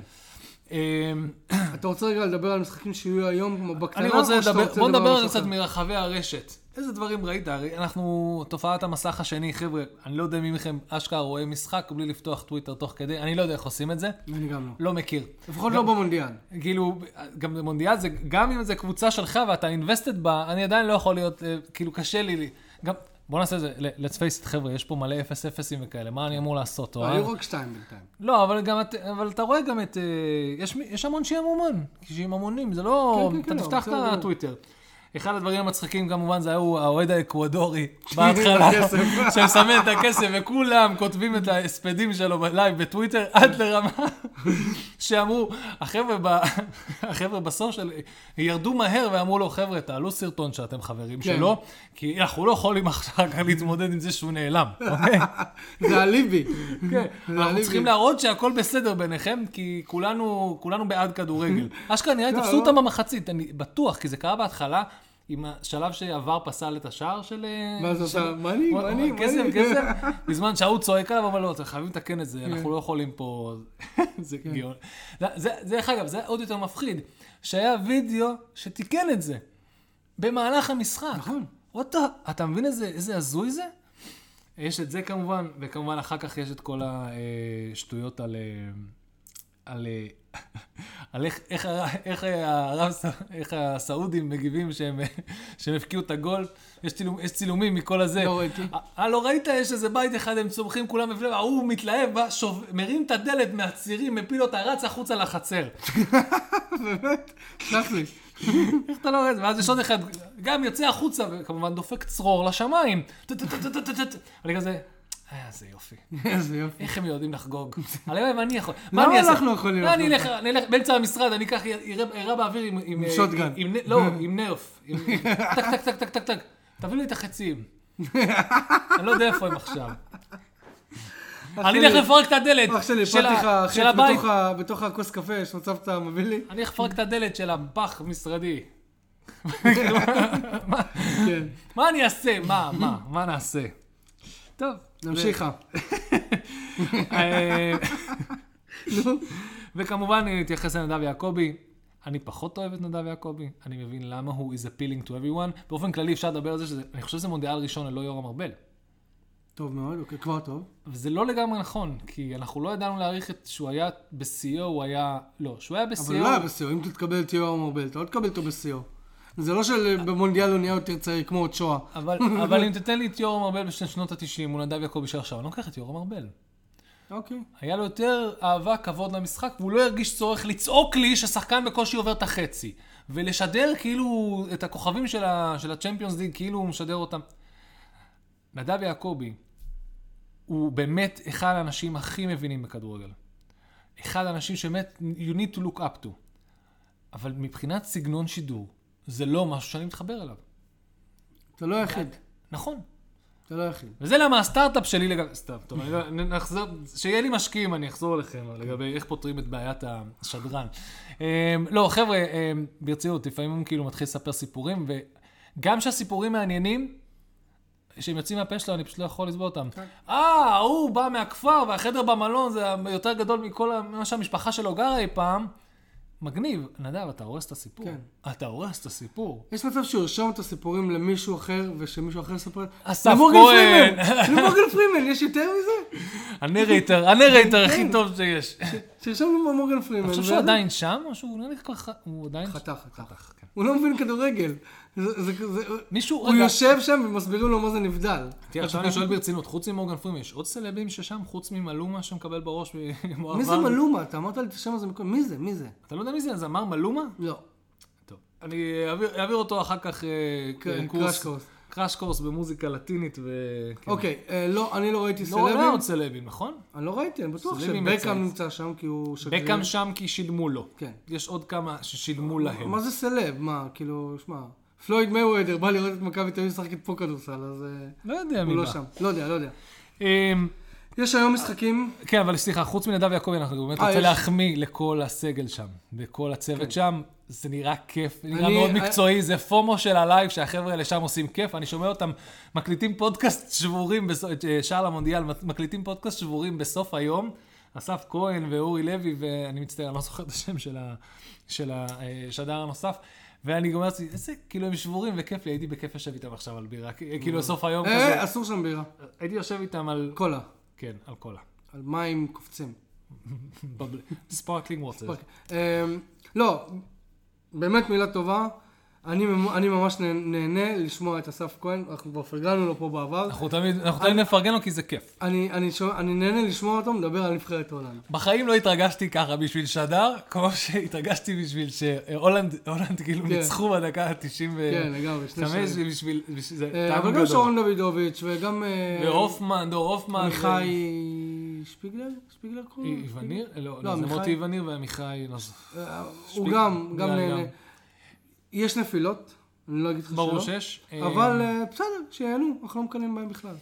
אתה רוצה רגע לדבר על משחקים שיהיו היום בקטנה? אני רוצה לדבר, בוא נדבר קצת מרחבי הרשת. איזה דברים ראית? אנחנו, תופעת המסך השני, חבר'ה, אני לא יודע מי מכם אשכרה רואה משחק בלי לפתוח טוויטר תוך כדי, אני לא יודע איך עושים את זה. אני גם לא. לא מכיר. לפחות לא במונדיאל. כאילו, גם במונדיאל, גם אם זה קבוצה שלך ואתה invested בה, אני עדיין לא יכול להיות, כאילו קשה לי, גם... בוא נעשה את זה, let's face it, חבר'ה, יש פה מלא אפס אפסים וכאלה, מה אני אמור לעשות? היו רק שתיים בינתיים. לא, אבל גם, אבל אתה רואה גם את, יש המון שהם המון, כשהם המונים, זה לא, אתה תפתח את הטוויטר. אחד הדברים המצחיקים כמובן זה היה האוהד האקוודורי, בהתחלה, שמסמן את הכסף, וכולם כותבים את ההספדים שלו בלייב בטוויטר, עד לרמה שאמרו, החבר'ה בסושיאל ירדו מהר ואמרו לו, חבר'ה, תעלו סרטון שאתם חברים שלו, כי אנחנו לא יכולים עכשיו להתמודד עם זה שהוא נעלם, אוקיי? זה הליבי. אנחנו צריכים להראות שהכל בסדר ביניכם, כי כולנו בעד כדורגל. אשכרה נראה, תפסו אותם במחצית, אני בטוח, כי זה קרה בהתחלה, עם השלב שעבר פסל את השער של... ואז אתה, מה אני, מה אני, כסף, כסף. בזמן שההוא צועק עליו, אבל לא, אתם חייבים לתקן את זה, אנחנו לא יכולים פה... זה גיון. זה, אגב, זה עוד יותר מפחיד, שהיה וידאו שתיקן את זה, במהלך המשחק. נכון. אתה מבין איזה הזוי זה? יש את זה כמובן, וכמובן אחר כך יש את כל השטויות על... על... על איך, איך, איך, הרב, איך הסעודים מגיבים שהם, שהם הפקיעו את הגול. יש, צילום, יש צילומים מכל הזה. לא ראיתי. אה, לא ראית? יש איזה בית אחד, הם צומחים כולם בפלב, הוא מתלהב, שוב, מרים את הדלת מהצירים, מפיל אותה, רץ החוצה לחצר. באמת? סלח לי. איך אתה לא רואה את זה? ואז יש עוד אחד, גם יוצא החוצה, וכמובן דופק צרור לשמיים. אני כזה, אה, זה יופי. איזה יופי. איך הם יודעים לחגוג? הלוואי, מה אני יכול? מה אנחנו יכולים לעשות? אני אלך, אני אלך באמצע המשרד, אני אקח, יראה באוויר עם... שוטגן. לא, עם נרף. טק, טק, טק, טק, טק, טק. תביא לי את החצים. אני לא יודע איפה הם עכשיו. אני אלך לפרק את הדלת אח שלי, פרטי לך בתוך הכוס קפה, יש מצב אתה מביא לי? אני אלך לפרק את הדלת של הפח משרדי. מה אני אעשה? מה? מה? מה נעשה? טוב. נמשיכה. וכמובן נתייחס לנדב יעקבי. אני פחות אוהב את נדב יעקבי. אני מבין למה הוא is appealing to everyone. באופן כללי אפשר לדבר על זה שאני חושב שזה מונדיאל ראשון ללא יורם ארבל. טוב מאוד, אוקיי, כבר טוב. וזה לא לגמרי נכון, כי אנחנו לא ידענו להעריך את שהוא היה בסיו, הוא היה... לא, שהוא היה בסיו... אבל לא היה בסיו, אם תתקבל את יורם ארבל, אתה לא תקבל אותו בסיו. זה לא שבמונדיאל הוא נהיה יותר צעיר כמו עוד שואה. אבל אם תתן לי את יורם ארבל בשני שנות ה-תשעים, הוא נדב יעקבי של עכשיו, אני לא לוקח את יורם ארבל. אוקיי. היה לו יותר אהבה, כבוד למשחק, והוא לא הרגיש צורך לצעוק לי ששחקן בקושי עובר את החצי. ולשדר כאילו את הכוכבים של ה-Champions League, כאילו הוא משדר אותם. נדב יעקבי הוא באמת אחד האנשים הכי מבינים בכדורגל. אחד האנשים שבאמת you need to look up to. אבל מבחינת סגנון שידור, זה לא משהו שאני מתחבר אליו. אתה לא יחיד. נכון. אתה לא יחיד. וזה למה הסטארט-אפ שלי לגבי... סתם, טוב, אני נחזור... שיהיה לי משקיעים, אני אחזור אליכם לגבי איך פותרים את בעיית השדרן. לא, חבר'ה, ברצינות, לפעמים הוא כאילו מתחיל לספר סיפורים, וגם שהסיפורים מעניינים, שהם יוצאים מהפה שלו, אני פשוט לא יכול לסבור אותם. אה, הוא בא מהכפר, והחדר במלון זה יותר גדול מכל מה שהמשפחה שלו גרה אי פעם. מגניב. נדב, אתה הורס את הסיפור. כן. אתה הורס את הסיפור. יש מצב שהוא ירשום את הסיפורים למישהו אחר, ושמישהו אחר יספר... אסף כהן! למורגן פרימן, יש יותר מזה? הנרייטר, הנרייטר הכי טוב שיש. שירשום לו מורגן פרימן. אתה חושב שהוא עדיין שם, או שהוא נראה כבר... הוא עדיין... חתך, חתך. הוא לא מבין כדורגל. הוא יושב שם ומסבירים לו מה זה נבדל. תראה, עכשיו אני שואל ברצינות, חוץ ממורגן פרימן, יש עוד סלבים ששם, חוץ ממלומה שמקבל בראש מי זה מלומה? אתה אמרת לי את השם הזה מקודם. מי זה? מי זה? אתה לא יודע מי זה? זה אמר מלומה? לא. טוב. אני אעביר אותו אחר כך קראש קורס. קראש קורס במוזיקה לטינית ו... אוקיי, לא, אני לא ראיתי סלבים. לא ראיתי עוד סלבים, נכון? אני לא ראיתי, אני בטוח שבקאם נמצא שם כי הוא שגריר. בקאם שם כי שילמו לו. כן. יש עוד כמה ששילמו להם. מה זה סלב? מה, כאילו, שמע... פלויד מייוודר בא לראות את מכבי תל אביב משחקת פה כדורסל, אז... לא יודע מי בא. הוא לא שם. לא יודע, לא יודע. יש היום משחקים... כן, אבל סליחה, חוץ מנדב יעקבי, אנחנו באמת רוצה להחמיא לכל הסגל שם, וכל הצוות שם. זה נראה כיף, נראה מאוד מקצועי, זה פומו של הלייב שהחבר'ה האלה שם עושים כיף. אני שומע אותם מקליטים פודקאסט שבורים, שער המונדיאל, מקליטים פודקאסט שבורים בסוף היום. אסף כהן ואורי לוי, ואני מצטער, אני לא זוכר את השם של השדר הנוסף. ואני גם אמרתי, איזה, כאילו הם שבורים וכיף לי, הייתי בכיף יושב איתם עכשיו על בירה, כאילו סוף היום כזה. אה, אסור שם בירה. הייתי יושב איתם על... קולה. כן, על קולה. על מים קופצים. ספרקלינג ווטר. לא, באמת מילה טובה. אני, אני ממש נהנה לשמוע את אסף כהן, אנחנו כבר פרגנו לו פה בעבר. אנחנו תמיד, אנחנו תמיד נפרגן לו כי זה כיף. אני, אני, שומע, אני נהנה לשמוע אותו מדבר על נבחרת הולנד. בחיים לא התרגשתי ככה בשביל שדר, כמו שהתרגשתי בשביל שהולנד, הולנד כאילו ניצחו בדקה ה-תשעים וחמש, בשביל, זה אבל גם שרון דוידוביץ' וגם... והופמן, דור הופמן. עמיחי שפיגלר? שפיגלר קוראים? איווניר? לא, זה מוטי איווניר ועמיחי... הוא גם, גם נהנה. יש נפילות, אני לא אגיד לך שלא. ברור שיש. אבל בסדר, שיענו, אנחנו לא מקנים בהם בכלל.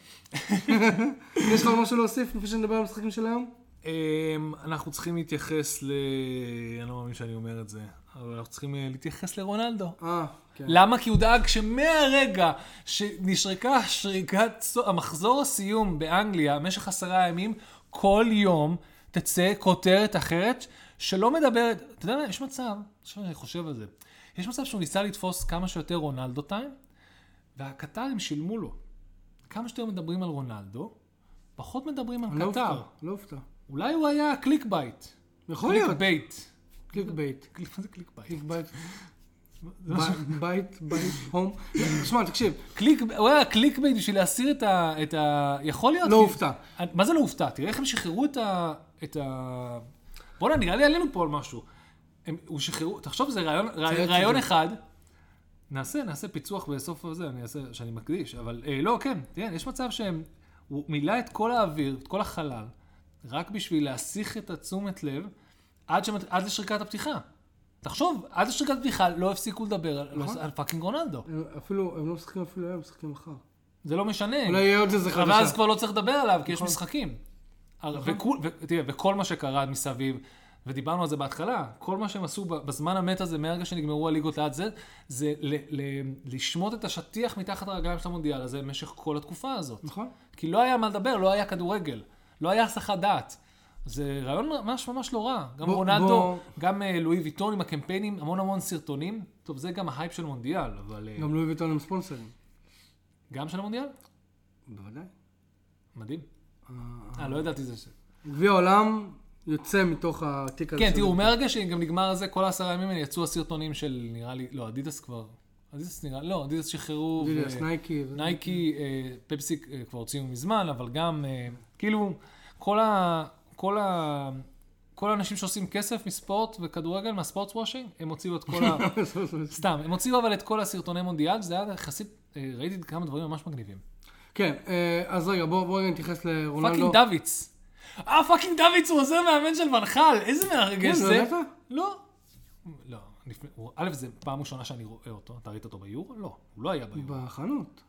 יש לך משהו להוסיף לפני שנדבר על המשחקים של היום? אנחנו צריכים להתייחס ל... אני לא מאמין שאני אומר את זה, אבל אנחנו צריכים להתייחס לרונלדו. אה, כן. למה? כי הוא דאג שמהרגע שנשרקה שריקת המחזור הסיום באנגליה, במשך עשרה ימים, כל יום תצא כותרת אחרת שלא מדברת... אתה יודע מה, יש מצב, שאני חושב על זה. יש מצב שהוא ניסה לתפוס כמה שיותר רונלדו טיים, והקטרים שילמו לו. כמה שיותר מדברים על רונלדו, פחות מדברים על קטר. לא הופתע, לא הופתע. אולי הוא היה קליק בייט. יכול להיות. קליק בייט. קליק בייט. מה זה קליק בייט? קליק בייט. בייט, בייט, הום. תשמע, תקשיב. הוא היה קליק בייט בשביל להסיר את ה... יכול להיות... לא הופתע. מה זה לא הופתע? תראה איך הם שחררו את ה... בוא'נה, נראה לי עלינו פה על משהו. הם, הוא שחררו, תחשוב, זה רעיון, רעיון, רעיון אחד, נעשה, נעשה פיצוח בסוף הזה, אני אעשה, שאני מקדיש, אבל אה, לא, כן, תראה, יש מצב שהם, הוא מילא את כל האוויר, את כל החלל, רק בשביל להסיך את התשומת לב, עד, שמת... עד לשריקת הפתיחה. תחשוב, עד לשריקת הפתיחה לא הפסיקו לדבר על, על פאקינג רונלדו. אפילו, הם לא משחקים אפילו היום, משחקים מחר. זה לא משנה. אולי יהיה עוד איזה חדשה. אבל אז כבר לא צריך לדבר עליו, כי יש משחקים. וכול, ותראה, וכל מה שקרה מסביב, ודיברנו על זה בהתחלה, כל מה שהם עשו בזמן המת הזה, מהרגע שנגמרו הליגות לעד זה, זה ל- ל- לשמוט את השטיח מתחת הרגליים של המונדיאל הזה במשך כל התקופה הזאת. נכון. כי לא היה מה לדבר, לא היה כדורגל, לא היה הסחת דעת. זה רעיון ממש ממש לא רע. גם בוא, רונלדו, בוא... גם uh, לואי ויטון עם הקמפיינים, המון המון סרטונים. טוב, זה גם ההייפ של מונדיאל, אבל... Uh... גם לואי ויטון הם ספונסרים. גם של המונדיאל? בוודאי. מדהים. אה, לא ידעתי זה ש... גביע העולם יוצא מתוך התיק הזה. כן, תראו, מהרגע שגם נגמר הזה, כל העשרה ימים יצאו הסרטונים של, נראה לי, לא, אדידס כבר, אדידס נראה, לא, אדידס שחררו. אדידס, נייקי. נייקי, פפסי כבר הוציאו מזמן, אבל גם, כאילו, כל ה... כל ה... כל האנשים שעושים כסף מספורט וכדורגל, מהספורט וושינג, הם הוציאו את כל ה... סתם, הם הוציאו אבל את כל הסרטוני מונדיאל, זה היה יחסית, ראיתי כמה דברים ממש מגניבים. כן, אז רגע, בואו רגע נתייחס לרונלדו. פאקינג דוויץ. אה, פאקינג דוויץ הוא עוזר מאמן של מנחל, איזה מרגש זה. כן, לא ידעת? לא. לא. א', זה פעם ראשונה שאני רואה אותו, אתה ראית אותו ביורו? לא, הוא לא היה ביורו. בהכנות.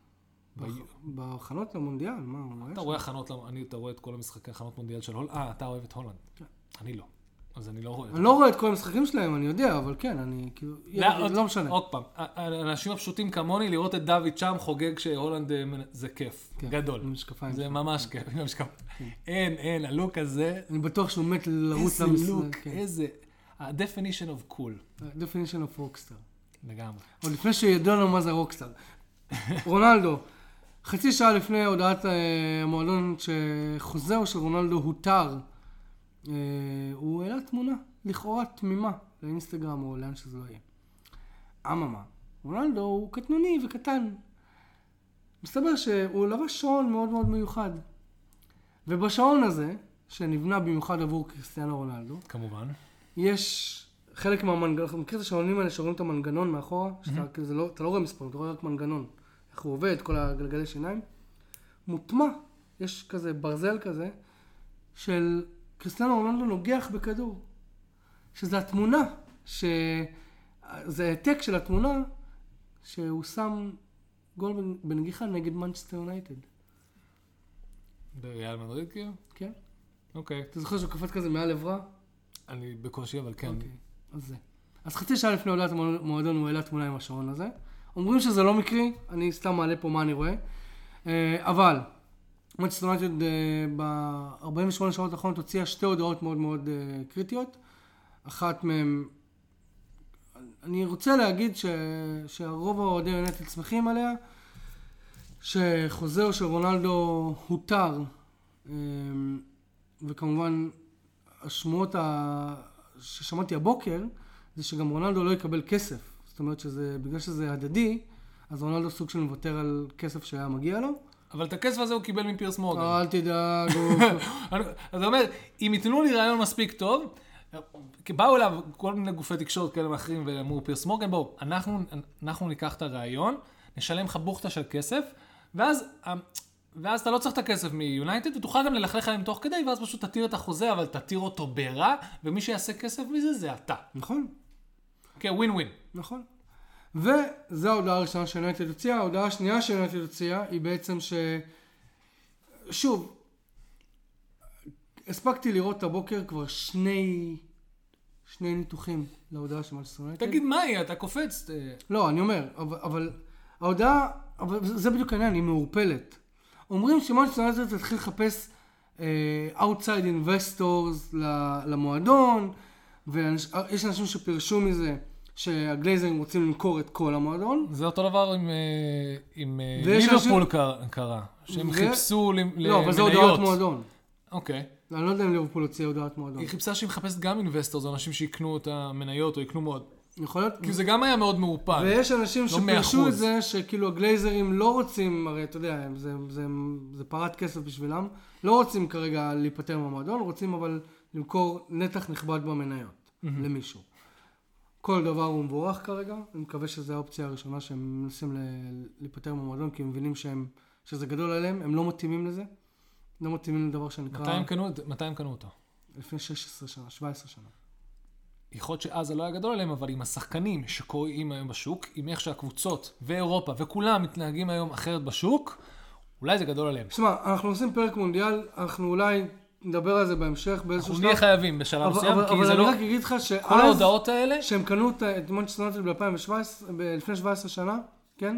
בהכנות למונדיאל, מה הוא רואה? אתה רואה הכנות, אתה רואה את כל המשחקי הכנות מונדיאל של הולנד? אה, אתה אוהב את הולנד. אני לא. אז אני לא רואה. אני לא רואה את כל המשחקים שלהם, אני יודע, אבל כן, אני כאילו, לא משנה. עוד פעם, האנשים הפשוטים כמוני, לראות את דוד שם חוגג שהולנד זה כיף, גדול. זה ממש כיף. אין, אין, הלוק הזה. אני בטוח שהוא מת לרוץ למשחק. איזה לוק, איזה, ה-definition of cool. ה-definition of rockstar. לגמרי. עוד לפני שידעו לנו מה זה רוקסטאר. רונלדו, חצי שעה לפני הודעת המועדון שחוזר של רונלדו הותר, הוא העלה תמונה לכאורה תמימה לאינסטגרם או לאן שזה לא יהיה. אממה, רונלדו הוא קטנוני וקטן. מסתבר שהוא לבש שעון מאוד מאוד מיוחד. ובשעון הזה, שנבנה במיוחד עבור קריסטיאנו רונלדו, כמובן, יש חלק מהמנגנון, אתה מכיר את השעונים האלה שרואים את המנגנון מאחורה? שאתה, כאילו, זה לא, אתה לא רואה מספרים, אתה רואה רק מנגנון. איך הוא עובד, כל הגלגלי שיניים. מוטמע, יש כזה ברזל כזה, של קריסטיאנו רונלדו נוגח בכדור. שזה התמונה, שזה העתק של התמונה, שהוא שם גול בנגיחה נגד מנצ'סטר יונייטד. בריאל מדריד כאילו? כן. אוקיי. אתה זוכר שהוא קפץ כזה מעל עברה? אני בקושי, אבל כן. אוקיי, אז זה. אז חצי שעה לפני הודעת המועדון הוא העלה תמונה עם השעון הזה. אומרים שזה לא מקרי, אני סתם מעלה פה מה אני רואה. אבל, מנצ'סטר יונייטד ב-ארבעים ושמונה שעות האחרונות הוציאה שתי הודעות מאוד מאוד קריטיות. אחת מהן, אני רוצה להגיד ש... שהרוב האוהדי יונייטד שמחים עליה, שחוזר של רונלדו הותר, וכמובן השמועות ה... ששמעתי הבוקר, זה שגם רונלדו לא יקבל כסף. זאת אומרת שזה, בגלל שזה הדדי, אז רונלדו סוג של מוותר על כסף שהיה מגיע לו. אבל את הכסף הזה הוא קיבל מפירס מורגן. אל תדאג. אז הוא אומר, אם ייתנו לי רעיון מספיק טוב, כי באו אליו כל מיני גופי תקשורת כאלה ואחרים ואמרו פירס מורגן, בואו, אנחנו, אנחנו ניקח את הרעיון, נשלם לך בוכתה של כסף, ואז, ואז אתה לא צריך את הכסף מיונייטד, ותוכל גם ללכלך עליהם תוך כדי, ואז פשוט תתיר את החוזה, אבל תתיר אותו ברע, ומי שיעשה כסף מזה זה אתה. נכון. כן, ווין ווין. נכון. וזו ההודעה הראשונה שיונייטד הוציאה. ההודעה השנייה שיונייטד הוציאה היא בעצם ש... שוב, הספקתי לראות את הבוקר כבר שני, שני ניתוחים להודעה של מנצ'סטר יונייטד. תגיד מה היא, אתה קופץ. לא, אני אומר, אבל, אבל ההודעה, אבל זה בדיוק העניין, היא מעורפלת. אומרים שמנצ'סטר יונייטד תתחיל לחפש uh, outside investors למועדון, ויש אנשים שפרשו מזה שהגלייזרים רוצים למכור את כל המועדון. זה אותו דבר עם, עם ליברפול קרה, שהם חיפשו למניות. לא, אבל זה הודעת מועדון. אוקיי. אני לא יודע אם ליברפול הוציאה הודעת מועדון. היא חיפשה שהיא מחפשת גם אינבסטור, זה אנשים שיקנו את המניות או יקנו מאוד. יכול להיות. כי זה גם היה מאוד מעורפל. ויש אנשים שפרשו את זה, שכאילו הגלייזרים לא רוצים, הרי אתה יודע, זה, זה, זה פרת כסף בשבילם, לא רוצים כרגע להיפטר מהמועדון, רוצים אבל למכור נתח נכבד במניות למישהו. כל דבר הוא מבורך כרגע, אני מקווה שזו האופציה הראשונה שהם מנסים להיפטר מהמועדון, כי הם מבינים שהם, שזה גדול עליהם, הם לא מתאימים לזה. לא מתאימים לדבר שנקרא... מתי הם קנו אותו? לפני שש עשרה שנה, שבע עשרה שנה. יכול להיות שאז זה לא היה גדול עליהם, אבל עם השחקנים שקוראים היום בשוק, עם איך שהקבוצות ואירופה וכולם מתנהגים היום אחרת בשוק, אולי זה גדול עליהם. תשמע, אנחנו עושים פרק מונדיאל, אנחנו אולי נדבר על זה בהמשך באיזשהו שלב. אנחנו נהיה חייבים בשלב מסוים, כי זה לא... אבל אני רק אגיד לך שאז... כל ההודעות האלה... שהם קנו את מנצ'סטר יונייטד ב-אלפיים שבע עשרה, לפני שבע עשרה שנה, כן?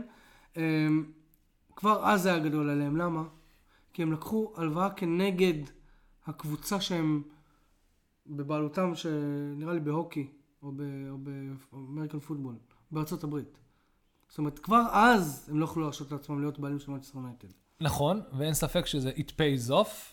כבר אז זה היה גדול עליהם. למה? כי הם לקחו הלוואה כנגד הקבוצה שהם בבעלותם, שנראה לי בהוקי, או באמריקן פוטבול, בארצות הברית. זאת אומרת, כבר אז הם לא יכולו להרשות לעצמם להיות בעלים של מנצ'סטר יונייטד. נכון, ואין ספק שזה it pays off,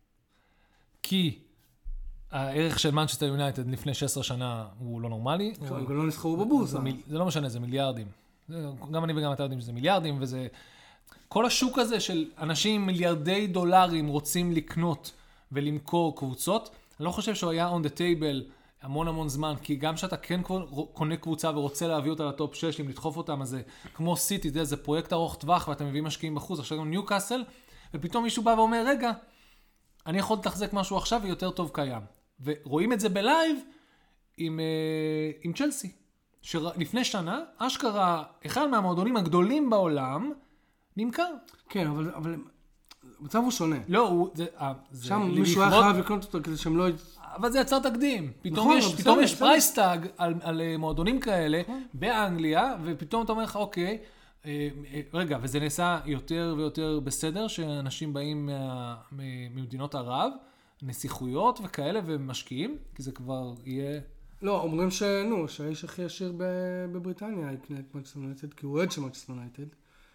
כי הערך של מנצ'סטר יונייטד לפני שש עשרה שנה הוא לא נורמלי. הם גם לא נסחרו בבורסה. זה לא משנה, זה מיליארדים. גם אני וגם אתה יודעים שזה מיליארדים, וזה... כל השוק הזה של אנשים מיליארדי דולרים רוצים לקנות ולמכור קבוצות, אני לא חושב שהוא היה on the table המון המון זמן, כי גם שאתה כן קונה קבוצה ורוצה להביא אותה לטופ שש, אם לדחוף אותם, אז זה כמו סיטי, זה פרויקט ארוך טווח, ואתם מביאים משקיעים בחוץ, עכשיו גם ניוקאסל, ופתאום מישהו בא ואומר, רגע, אני יכול לתחזק משהו עכשיו ויותר טוב קיים. ורואים את זה בלייב עם, עם צ'לסי, שלפני שנה, אשכרה, אחד מהמועדונים הגדולים בעולם, נמכר. כן, אבל, אבל המצב הוא שונה. לא, הוא, זה, זה שם מישהו היה חייב לקנות אותו כדי שהם לא... אבל זה יצר תקדים. פתאום יש, פתאום יש פרייס טאג על, על מועדונים כאלה באנגליה, ופתאום אתה אומר לך, אוקיי, רגע, וזה נעשה יותר ויותר בסדר, שאנשים באים מה, ממדינות ערב, נסיכויות וכאלה, ומשקיעים, כי זה כבר יהיה... לא, אומרים שנו, שהאיש הכי עשיר בבריטניה יקנה את מנצ'סטר יונייטד, כי הוא עד של מנצ'סטר יונייטד.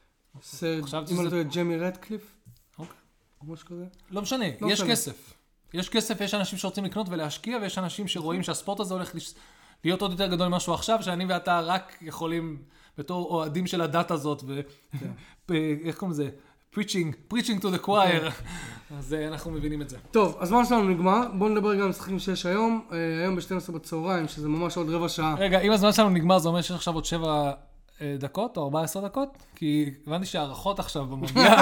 אם אני יודע, ג'יימי רדקליף, או משהו כזה. לא משנה, יש כסף. יש כסף, יש אנשים שרוצים לקנות ולהשקיע, ויש אנשים שרואים שהספורט הזה הולך להיות עוד יותר גדול ממשהו עכשיו, שאני ואתה רק יכולים, בתור אוהדים של הדת הזאת, ואיך קוראים לזה? preaching, preaching to the choir. אז אנחנו מבינים את זה. טוב, אז מה שלנו נגמר? בואו נדבר גם על משחקים שיש היום, היום ב-שתים עשרה בצהריים, שזה ממש עוד רבע שעה. רגע, אם הזמן שלנו נגמר, זה אומר שיש עכשיו עוד שבע דקות או ארבע עשרה דקות? כי הבנתי שהערכות עכשיו במונדיאל.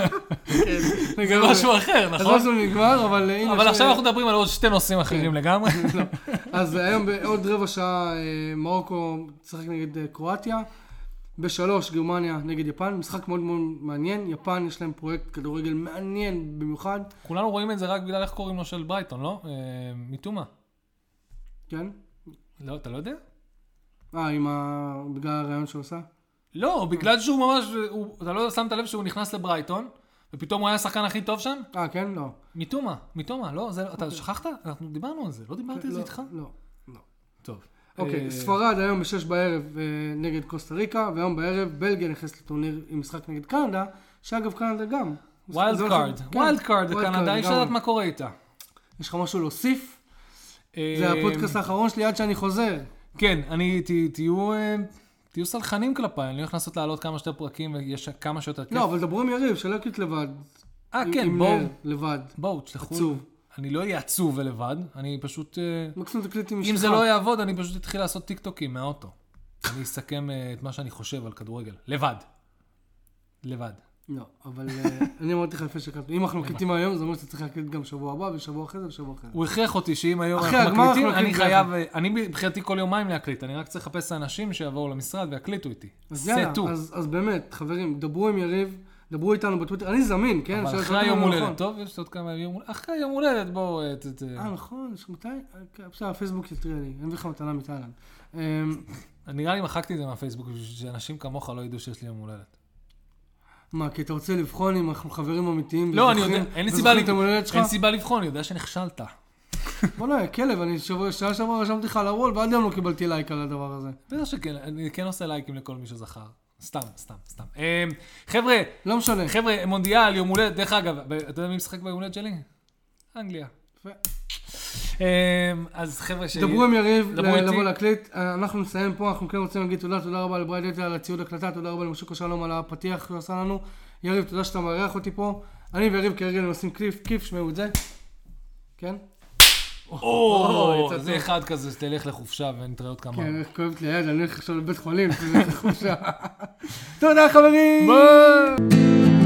זה משהו אחר, נכון? אז משהו נגמר, אבל... אבל עכשיו אנחנו מדברים על עוד שתי נושאים אחרים לגמרי. אז היום בעוד רבע שעה מרוקו צחק נגד קרואטיה. בשלוש גרמניה נגד יפן, משחק מאוד מאוד מעניין. יפן יש להם פרויקט כדורגל מעניין במיוחד. כולנו רואים את זה רק בגלל איך קוראים לו של ברייטון, לא? מיטומה. כן? לא, אתה לא יודע? אה, עם ה... בגלל הרעיון שהוא עושה? לא, בגלל שהוא ממש... אתה לא שמת לב שהוא נכנס לברייטון, ופתאום הוא היה השחקן הכי טוב שם? אה, כן? לא. מיטומה, מיטומה, לא? אתה שכחת? אנחנו דיברנו על זה, לא דיברתי על זה איתך? לא, לא. טוב. אוקיי, ספרד היום בשש בערב נגד קוסטה ריקה, והיום בערב בלגיה נכנס לטורניר עם משחק נגד קנדה, שאגב קנדה גם. ווילד קארד, ווילד קארד, קנדה, אי אפשר לדעת מה קורה איתה. יש לך משהו להוסיף? זה הפודקאסט האחרון שלי עד שאני חוזר. כן, אני, תהיו, תהיו סלחנים כלפיי, אני הולך לנסות לעלות כמה שיותר פרקים ויש כמה שיותר כיף. לא, אבל דברו עם יריב, שלא יקליט לבד. אה, כן, בואו. לבד. בואו, תשלחו. אני לא אהיה עצוב ולבד, אני פשוט... מקסימום תקליט עם אם זה לא יעבוד, אני פשוט אתחיל לעשות טיקטוקים מהאוטו. אני אסכם את מה שאני חושב על כדורגל. לבד. לבד. לא, אבל אני אמרתי לך לפני שקלטנו. אם אנחנו מקליטים היום, זה אומר שאתה צריך להקליט גם שבוע הבא, ושבוע אחרי זה ושבוע אחרי זה. הוא הכריח אותי שאם היום אנחנו מקליטים, אני חייב... אני מבחינתי כל יומיים להקליט. אני רק צריך לחפש האנשים שיבואו למשרד ויקליטו איתי. אז יאללה, אז באמת, חברים, דברו עם יריב. דברו איתנו בטוויטר, אני זמין, כן? אבל אחרי יום הולדת, טוב, יש עוד כמה יום הולדת, אחרי יום הולדת, בואו... אה, נכון, יש מתי? בסדר, הפייסבוק יתריע לי, אני מביא לך מתנה מתאילנד. נראה לי מחקתי את זה מהפייסבוק, שאנשים כמוך לא ידעו שיש לי יום הולדת. מה, כי אתה רוצה לבחון אם אנחנו חברים אמיתיים? לא, אני יודע, אין סיבה לבחון, אני יודע שנכשלת. בוא נראה, כלב, אני שעה שעבר רשמתי לך על הוול, ועד היום לא קיבלתי לייק על הדבר הזה. בטח שכן, אני כן עושה לייקים לכל מי שזכר. סתם, סתם, סתם. חבר'ה, לא משנה. חבר'ה, מונדיאל, יום הולדת, דרך אגב, אתה יודע מי משחק ביום הולדת שלי? אנגליה. יפה. אז חבר'ה ש... דברו עם יריב, לבוא להקליט. אנחנו נסיים פה, אנחנו כן רוצים להגיד תודה, תודה רבה לברייד אטלה על הציוד הקלטה, תודה רבה למשוקו שלום על הפתיח שהוא עשה לנו. יריב, תודה שאתה מארח אותי פה. אני ויריב כרגע עושים כיף, כיף, שמעו את זה. כן? או, זה אחד כזה, שתלך לחופשה ונתראה עוד כמה. כן, כואבת לי היד, אני הולך עכשיו לבית חולים, תלך לחופשה. תודה חברים! ביי!